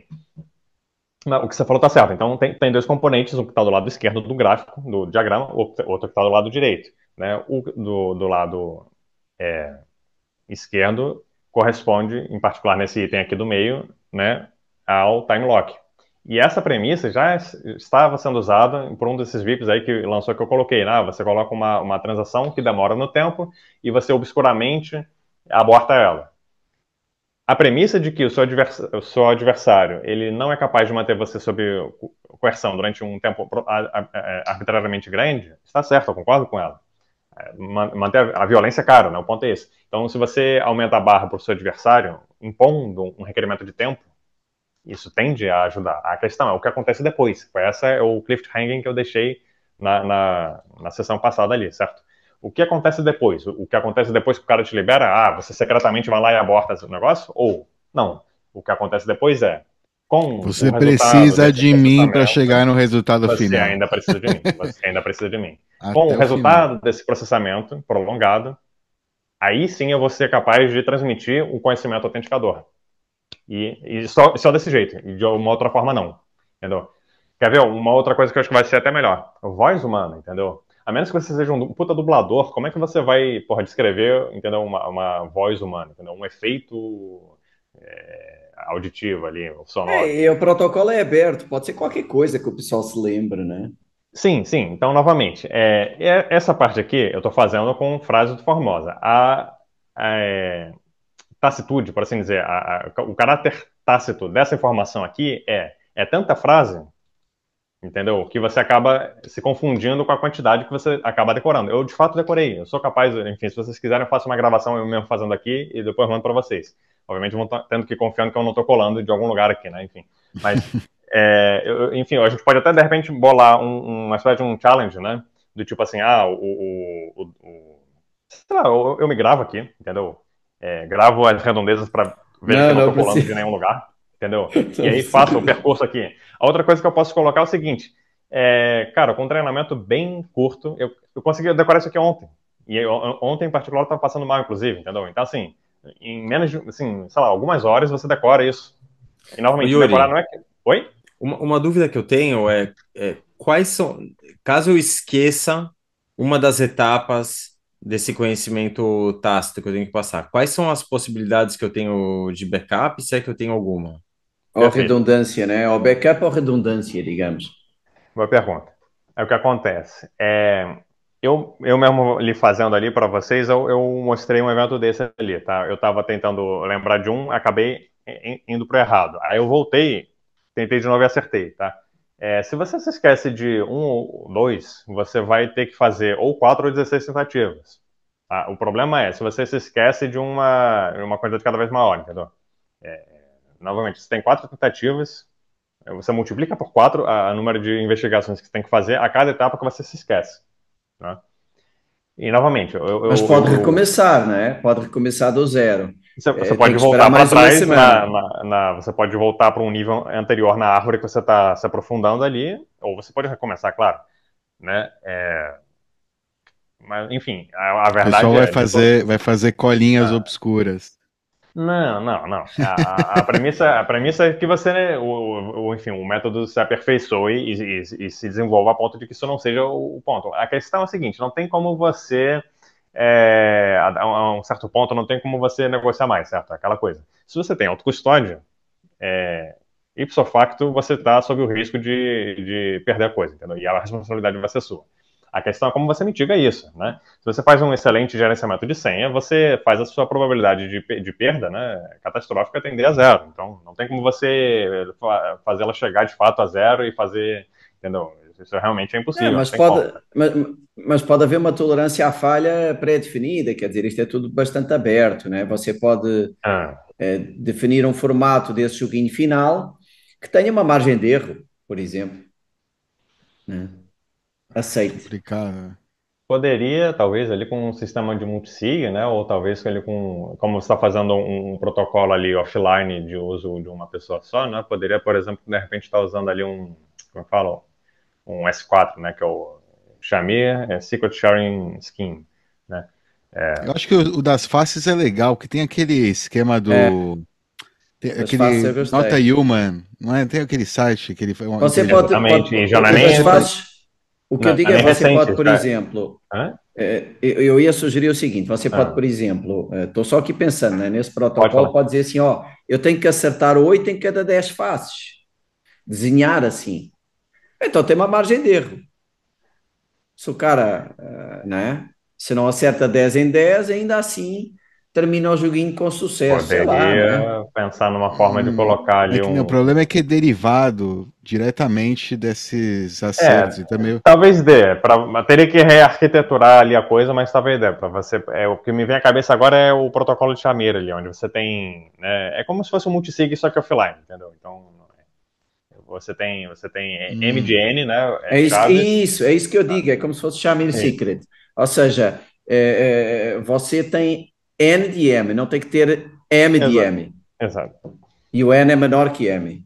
O que você falou tá certo. Então, tem, tem dois componentes, um que está do lado esquerdo do gráfico, do diagrama, outro que está do lado direito, né? O do, do lado é, esquerdo corresponde, em particular nesse item aqui do meio, né, ao time lock. E essa premissa já estava sendo usada por um desses V I Ps aí que lançou, que eu coloquei, né? Você coloca uma, uma transação que demora no tempo e você obscuramente aborta ela. A premissa de que o seu, adversário, o seu adversário ele não é capaz de manter você sob coerção durante um tempo arbitrariamente grande, está certo, eu concordo com ela. Manter a violência é caro, né? O ponto é esse. Então, se você aumenta a barra para o seu adversário, impondo um requerimento de tempo, isso tende a ajudar. A questão é o que acontece depois. Essa é o cliffhanger que eu deixei na, na, na sessão passada ali, certo? O que acontece depois? O que acontece depois que o cara te libera? Ah, você secretamente vai lá e aborta o negócio? Ou, não. O que acontece depois é, com você precisa de mim para chegar no resultado você final. Você ainda precisa de mim. Você ainda precisa de mim. Com o resultado final desse processamento prolongado, aí sim eu vou ser capaz de transmitir um conhecimento autenticador. E, e só, só desse jeito. E de uma outra forma, não. Entendeu? Quer ver? Uma outra coisa que eu acho que vai ser até melhor. Voz humana, entendeu? A menos que você seja um puta dublador, como é que você vai, porra, descrever, entendeu? Uma, uma voz humana, entendeu? Um efeito é, auditivo ali, sonoro. É, e o protocolo é aberto, pode ser qualquer coisa que o pessoal se lembre, né? Sim, sim. Então, novamente, é, essa parte aqui eu estou fazendo com frase formosa. A, a tacitude, por assim dizer, a, a, o caráter tácito dessa informação aqui é, é tanta frase, entendeu? Que você acaba se confundindo com a quantidade que você acaba decorando. Eu, de fato, decorei. Eu sou capaz, enfim, se vocês quiserem, eu faço uma gravação eu mesmo fazendo aqui e depois mando para vocês. Obviamente, vão tendo que ir confiando que eu não estou colando de algum lugar aqui, né? Enfim. Mas, é, eu, enfim, a gente pode até, de repente, bolar um, uma espécie de um challenge, né? Do tipo assim, ah, o... o, o, o sei lá, eu, eu me gravo aqui, entendeu? É, gravo as redondezas para ver não, que eu não estou colando de nenhum lugar. Entendeu? E aí faço o percurso aqui. A outra coisa que eu posso colocar é o seguinte, é, cara, com um treinamento bem curto, eu, eu consegui decorar isso aqui ontem. E eu, ontem, em particular, eu estava passando mal, inclusive, entendeu? Então, assim, em menos de, assim, sei lá, algumas horas você decora isso. E, novamente, Yuri, decorar não é... Oi? Uma, uma dúvida que eu tenho é, é, quais são... Caso eu esqueça uma das etapas desse conhecimento tácito que eu tenho que passar, quais são as possibilidades que eu tenho de backup, se é que eu tenho alguma? Ou redundância, né? Ou backup ou redundância, digamos. Boa pergunta. É o que acontece. É, eu, eu mesmo ali fazendo ali para vocês, eu, eu mostrei um evento desse ali, tá? Eu estava tentando lembrar de um, acabei indo para o errado. Aí eu voltei, tentei de novo e acertei, tá? É, se você se esquece de um ou dois, você vai ter que fazer ou quatro ou dezesseis tentativas. Tá? O problema é, se você se esquece de uma, uma quantidade cada vez maior, entendeu? É, novamente, se tem quatro tentativas, você multiplica por quatro a, a número de investigações que você tem que fazer a cada etapa que você se esquece. Né? E, novamente... Eu, Mas eu, pode eu, recomeçar, né? Pode recomeçar do zero. Você, você é, pode voltar para trás, na, na, na, você pode voltar para um nível anterior na árvore que você está se aprofundando ali, ou você pode recomeçar, claro. Né? É... Mas, enfim, a, a verdade é... O pessoal vai, é, fazer, vai fazer colinhas ah. obscuras. Não, não, não. A, a, premissa, a premissa é que você, né, o, o, enfim, o método se aperfeiçoe e, e, e se desenvolva a ponto de que isso não seja o, o ponto. A questão é a seguinte, não tem como você, é, a, a um certo ponto, não tem como você negociar mais, certo? Aquela coisa. Se você tem autocustódia, é, ipso facto, você está sob o risco de, de perder a coisa, entendeu? E a responsabilidade vai ser sua. A questão é como você mitiga isso, né? Se você faz um excelente gerenciamento de senha, você faz a sua probabilidade de, de perda, né, catastrófica tender a zero. Então, não tem como você fazer ela chegar de fato a zero e fazer, entendeu? Isso realmente é impossível. É, mas, pode, mas, mas pode haver uma tolerância à falha pré-definida, quer dizer, isto é tudo bastante aberto, né? Você pode ah. é, definir um formato desse joguinho final que tenha uma margem de erro, por exemplo. né? Aceite. Complicado. Poderia, talvez, ali com um sistema de multisig, né? Ou talvez ali com, como você está fazendo um, um protocolo ali offline de uso de uma pessoa só, né? Poderia, por exemplo, de repente estar usando ali um, como eu falo, um S quatro, né? Que é o Shamir é Secret Sharing Scheme, né? É... Eu acho que o, o das faces é legal, que tem aquele esquema do... É. Tem aquele Nota Human, não é? Tem aquele site que ele foi... Você aquele... pode... Exatamente, pode, já não é nem... faces... O que não, eu digo é, você recente, pode, por tá? exemplo, Hã? eu ia sugerir o seguinte, você pode, ah. por exemplo, estou só aqui pensando, né, nesse protocolo, pode, pode dizer assim, ó, eu tenho que acertar oito em cada dez faces, desenhar assim, então tem uma margem de erro. Se o cara, né, se não acerta dez em dez, ainda assim termina o joguinho com sucesso, Poderia sei lá, né? pensar numa forma hum, de colocar ali é que, um... O problema é que é derivado diretamente desses acertos. É, então meio... Talvez dê, pra, teria que rearquiteturar ali a coisa, mas talvez dê. Pra você, é, o que me vem à cabeça agora é o protocolo de Shamir ali, onde você tem... Né, é como se fosse um multisig, só que offline, entendeu? Então, você tem, você tem hum. M D N, né? É, é isso, isso, é isso que eu digo, é como se fosse Shamir Secret. Ou seja, é, é, você tem N de M, não tem que ter M de Exato. M. Exato. E o N é menor que M.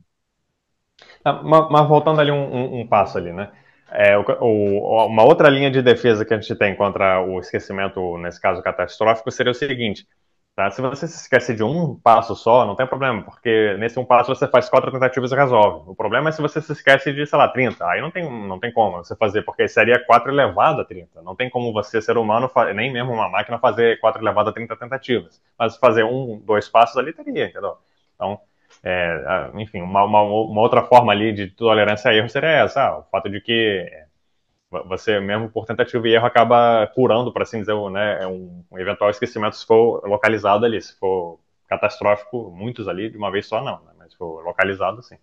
Ah, mas, mas voltando ali um, um, um passo ali, né? É, o, o, uma outra linha de defesa que a gente tem contra o esquecimento, nesse caso catastrófico, seria o seguinte, tá? Se você se esquece de um passo só, não tem problema, porque nesse um passo você faz quatro tentativas e resolve. O problema é se você se esquece de, sei lá, trinta, aí não tem, não tem como você fazer, porque seria quatro elevado a trinta. Não tem como você, ser humano, nem mesmo uma máquina, fazer quatro elevado a trinta tentativas. Mas fazer um, dois passos ali teria, entendeu? Então, É, enfim, uma, uma, uma outra forma ali de tolerância a erro seria essa, ah, o fato de que você, mesmo por tentativa e erro, acaba curando, para assim dizer, né, um, um eventual esquecimento se for localizado ali. Se for catastrófico, muitos ali, de uma vez só não, né, mas se for localizado, sim.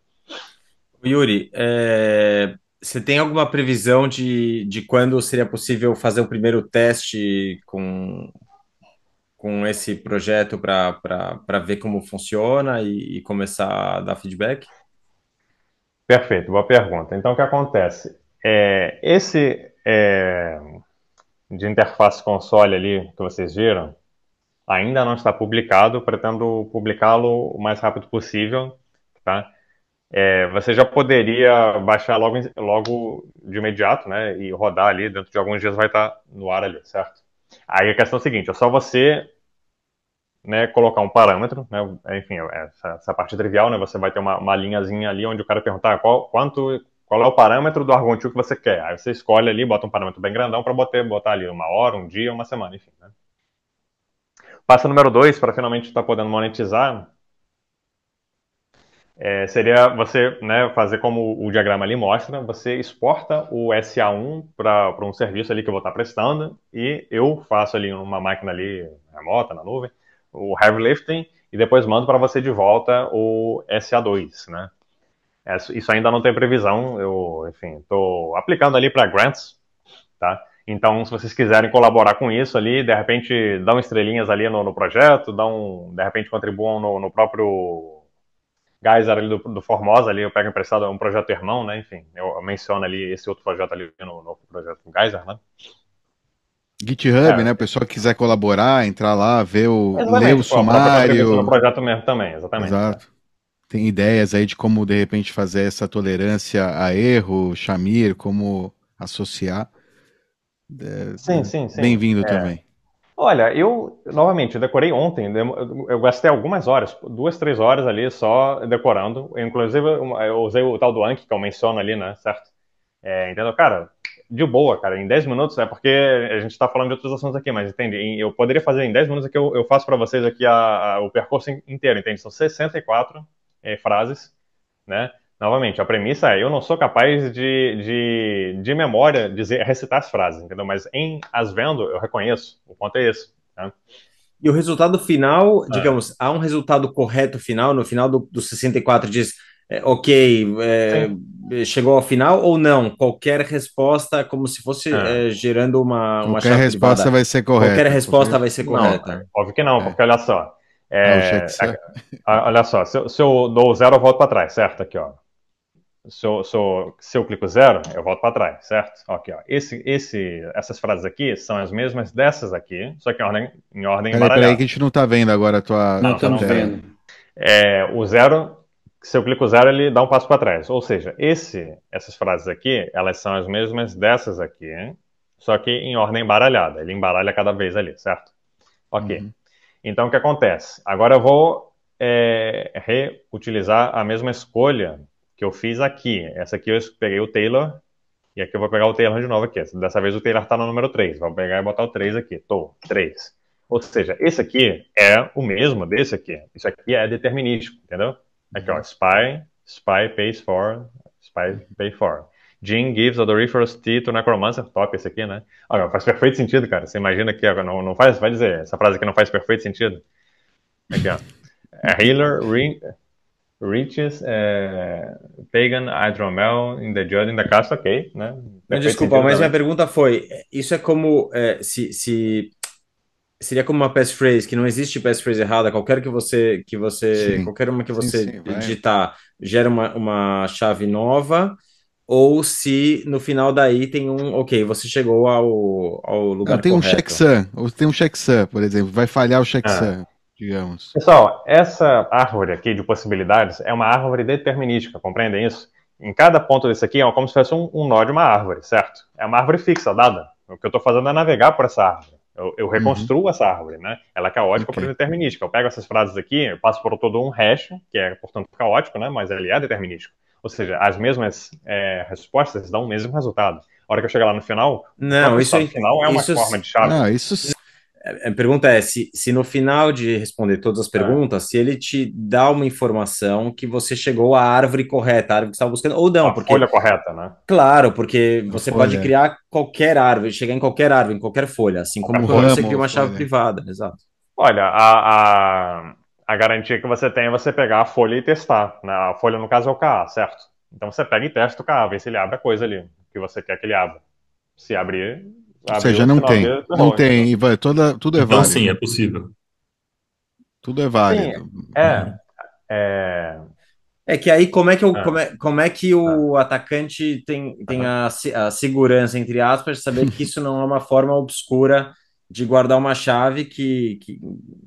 Yuri, é, você tem alguma previsão de, de quando seria possível fazer o primeiro teste com... com esse projeto para ver como funciona e, e começar a dar feedback? Perfeito, boa pergunta. Então, o que acontece? É, esse é, de interface console ali que vocês viram, ainda não está publicado, pretendo publicá-lo o mais rápido possível, tá? É, você já poderia baixar logo, logo de imediato, né, e rodar ali, dentro de alguns dias vai estar no ar ali, certo? Aí a questão é a seguinte, é só você, né, colocar um parâmetro, né, enfim, essa, essa parte trivial, né, você vai ter uma, uma linhazinha ali onde o cara perguntar qual, quanto, qual é o parâmetro do Argon-Two que você quer. Aí você escolhe ali, bota um parâmetro bem grandão para botar, botar ali uma hora, um dia, uma semana, enfim, né. Passo número dois, para finalmente estar podendo monetizar, É, seria você, né, fazer como o diagrama ali mostra, você exporta o S A um para um serviço ali que eu vou estar prestando e eu faço ali uma máquina ali remota, na nuvem, o heavy lifting e depois mando para você de volta o S A dois, né? Isso ainda não tem previsão, eu, enfim, estou aplicando ali para grants, tá? Então, se vocês quiserem colaborar com isso ali, de repente dão estrelinhas ali no, no projeto, dão, de repente contribuam no, no próprio Geyser ali do, do Formosa, ali eu pego emprestado, é um projeto irmão, né, enfim, eu, eu menciono ali esse outro projeto ali no, no projeto Geyser, né. GitHub, é, né, o pessoal que quiser colaborar, entrar lá, ver o, ler o sumário. No projeto mesmo também, exatamente. Exato. Né? Tem ideias aí de como, de repente, fazer essa tolerância a erro, Shamir, como associar. É, sim, sim, sim. Bem-vindo é. também. Olha, eu, novamente, eu decorei ontem, eu gastei algumas horas, duas, três horas ali só decorando, inclusive eu usei o tal do Anki, que eu menciono ali, né, certo? É, entendeu? Cara, de boa, cara, em dez minutos, é porque a gente tá falando de outros assuntos aqui, mas entende? Eu poderia fazer em dez minutos aqui, eu, eu faço para vocês aqui a, a, o percurso inteiro, entende? São sessenta e quatro é, frases, né? Novamente, a premissa é, eu não sou capaz de, de, de memória dizer, recitar as frases, entendeu? Mas em as vendo, eu reconheço. O ponto é esse. Né? E o resultado final, ah. digamos, há um resultado correto final, no final do, do sessenta e quatro diz, é, ok, é, chegou ao final ou não? Qualquer resposta, como se fosse ah. é, gerando uma, uma Qualquer resposta privada. vai ser correta. Qualquer resposta qualquer... vai ser correta. Não, óbvio que não, é. porque olha só. É, é, olha só, se eu, se eu dou zero, eu volto para trás, certo? Aqui, ó. se eu, se eu, se eu clico zero, eu volto para trás, certo? Aqui, ó. Esse, esse, essas frases aqui são as mesmas dessas aqui, só que em ordem, em ordem Peraí, embaralhada. peraí, que a gente não tá vendo agora a tua... Não estamos vendo. É, o zero, se eu clico zero, ele dá um passo para trás. Ou seja, esse, essas frases aqui, elas são as mesmas dessas aqui, hein? Só que em ordem embaralhada. Ele embaralha cada vez ali, certo? Ok. Uhum. Então, o que acontece? Agora eu vou é, reutilizar a mesma escolha que eu fiz aqui. Essa aqui eu peguei o Taylor, e aqui eu vou pegar o Taylor de novo aqui. Dessa vez o Taylor está no número três. Vou pegar e botar o três aqui. Tô, três. Ou seja, esse aqui é o mesmo desse aqui. Isso aqui é determinístico, entendeu? Aqui, ó. Spy, Spy pays for, Spy pay for. Jean gives odoriferous tea to necromancer. Top esse aqui, né? Olha, faz perfeito sentido, cara. Você imagina que não, não faz? Vai dizer, essa frase aqui não faz perfeito sentido? Aqui, ó. A healer re, reaches é, pagan hydromel in the judge in the cast, ok, né? Não, desculpa, mas também. Minha pergunta foi, isso é como, é, se, se seria como uma passphrase, que não existe passphrase errada, qualquer que você, que você, sim. qualquer uma que você sim, sim, digitar gera uma, uma chave nova, ou se no final daí tem um, ok, você chegou ao, ao lugar não, tem correto. Um checksum, ou tem um checksum, por exemplo, vai falhar o checksum, ah. digamos. Pessoal, essa árvore aqui de possibilidades é uma árvore determinística, compreendem isso? Em cada ponto desse aqui é como se fosse um, um nó de uma árvore, certo? É uma árvore fixa, dada. O que eu estou fazendo é navegar por essa árvore. Eu, eu reconstruo uhum. essa árvore, né? Ela é caótica okay. ou determinística. Eu pego essas frases aqui, eu passo por todo um hash, que é, portanto, caótico, né? Mas ele é determinístico. Ou seja, as mesmas é, respostas dão o mesmo resultado. A hora que eu chegar lá no final, não, isso no final é uma isso, forma de chave. Não, isso... A pergunta é, se, se no final de responder todas as perguntas, é. se ele te dá uma informação que você chegou à árvore correta, a árvore que você estava buscando, ou não. A porque folha correta, né? Claro, porque você folha. pode criar qualquer árvore, chegar em qualquer árvore, em qualquer folha, assim como o Ramo, você cria uma chave folha. privada, exato. Olha, a, a, a garantia que você tem é você pegar a folha e testar, né? A folha, no caso, é o K A, certo? Então você pega e testa o K A, vê se ele abre a coisa ali, que você quer que ele abra. Se abrir... Ou seja, não tem, dele, não tem, Ivan, toda, tudo é então, válido. Então sim, é possível. Tudo é válido. Sim, é, é... é que aí como é que, eu, ah. como é, como é que o ah. atacante tem, tem ah. a, a segurança, entre aspas, de saber que isso não é uma forma obscura de guardar uma chave que... que...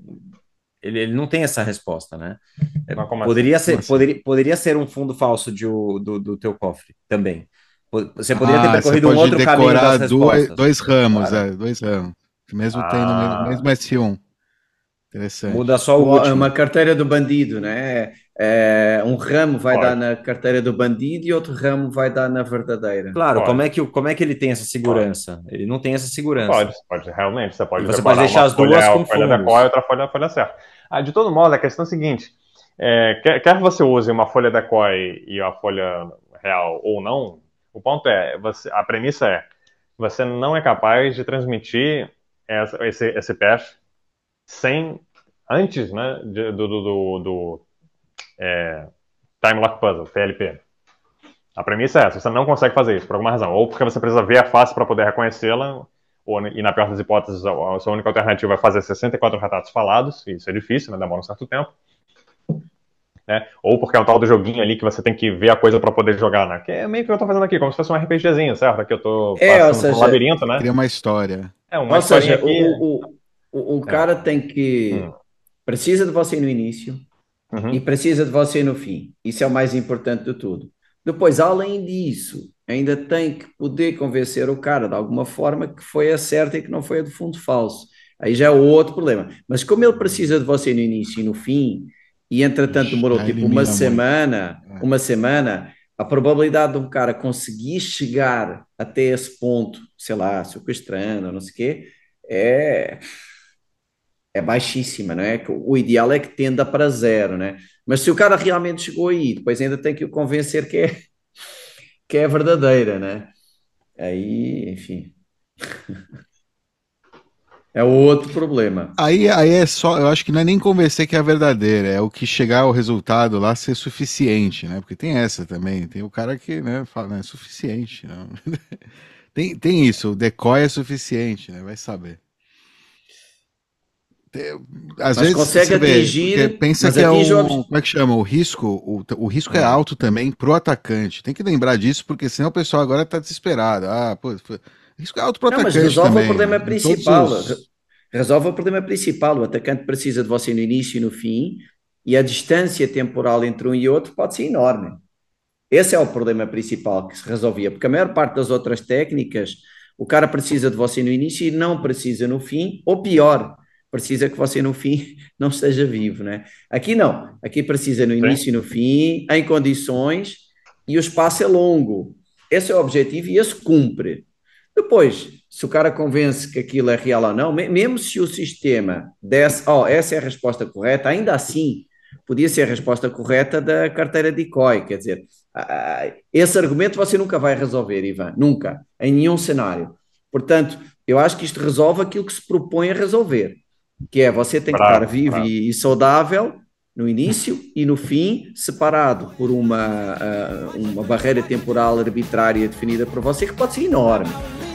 Ele, ele não tem essa resposta, né? Poderia, assim? ser, poderia, poderia ser um fundo falso de, do, do teu cofre também. Você poderia ah, ter percorrido um outro caminho das dois, dois ramos, claro. é, dois ramos. Mesmo ah. tendo mesmo S um. Interessante. Muda só o último. Uma carteira do bandido, né? É, um ramo vai pode. dar na carteira do bandido e outro ramo vai dar na verdadeira. Claro, como é, que, como é que ele tem essa segurança? Pode. Ele não tem essa segurança. Pode, pode, realmente. Você pode, você pode deixar as duas folha, com folha da qual e outra folha da folha certa. Ah, de todo modo, a questão é a seguinte: é, quer, quer você use uma folha da decoy e a folha real ou não, o ponto é, você, a premissa é, você não é capaz de transmitir essa, esse, esse path sem, antes, né, de, do, do, do, do é, Time Lock Puzzle, T L P. A premissa é essa, você não consegue fazer isso por alguma razão, ou porque você precisa ver a face para poder reconhecê-la, ou, e na pior das hipóteses, a sua única alternativa é fazer sessenta e quatro retratos falados, e isso é difícil, né, demora um certo tempo. Né? Ou porque é um tal do joguinho ali que você tem que ver a coisa para poder jogar, né? Que é meio que eu tô fazendo aqui, como se fosse um RPGzinho, certo? Aqui eu tô é, passando seja, por um labirinto, né? Cria uma história. É, uma ou história seja, aqui... o, o, o cara é. tem que... Hum. Precisa de você no início uhum. e precisa de você no fim. Isso é o mais importante de tudo. Depois, além disso, ainda tem que poder convencer o cara de alguma forma que foi a certa e que não foi a do fundo falso. Aí já é outro problema. Mas como ele precisa de você no início e no fim... E, entretanto, demorou tipo uma semana, muito. uma semana, a probabilidade de um cara conseguir chegar até esse ponto, sei lá, sequestrando, não sei o quê, é, é baixíssima, não é? O ideal é que tenda para zero, né? Mas se o cara realmente chegou aí, depois ainda tem que o convencer que é, que é verdadeira, né? Aí, enfim... É outro problema. Aí, aí é só, eu acho que não é nem convencer que é a verdadeira, é o que chegar ao resultado lá ser suficiente, né? Porque tem essa também, tem o cara que, né, fala, não é suficiente, não. tem, tem isso, o decoy é suficiente, né? Vai saber. Às mas vezes consegue você atingir, vê, pensa que é um, como é que chama? O risco, o, o risco é alto também pro atacante. Tem que lembrar disso, porque senão o pessoal agora tá desesperado. Ah, pô, o risco é alto pro não, mas atacante resolve também. o problema Em principal. os... Resolve o problema principal. O atacante precisa de você no início e no fim, e a distância temporal entre um e outro pode ser enorme. Esse é o problema principal que se resolvia, porque a maior parte das outras técnicas, o cara precisa de você no início e não precisa no fim, ou pior, precisa que você no fim não esteja vivo, né? Aqui não, aqui precisa no início Sim. e no fim, em condições, e o espaço é longo. Esse é o objetivo e esse cumpre. Depois, se o cara convence que aquilo é real ou não, mesmo se o sistema desse, oh, essa é a resposta correta, ainda assim podia ser a resposta correta da carteira de decoy, quer dizer, esse argumento você nunca vai resolver, Ivan, nunca, em nenhum cenário. Portanto, eu acho que isto resolve aquilo que se propõe a resolver, que é você tem que Bravo, estar vivo bravo. e, e saudável no início e no fim, separado por uma, uma barreira temporal arbitrária definida por você, que pode ser enorme.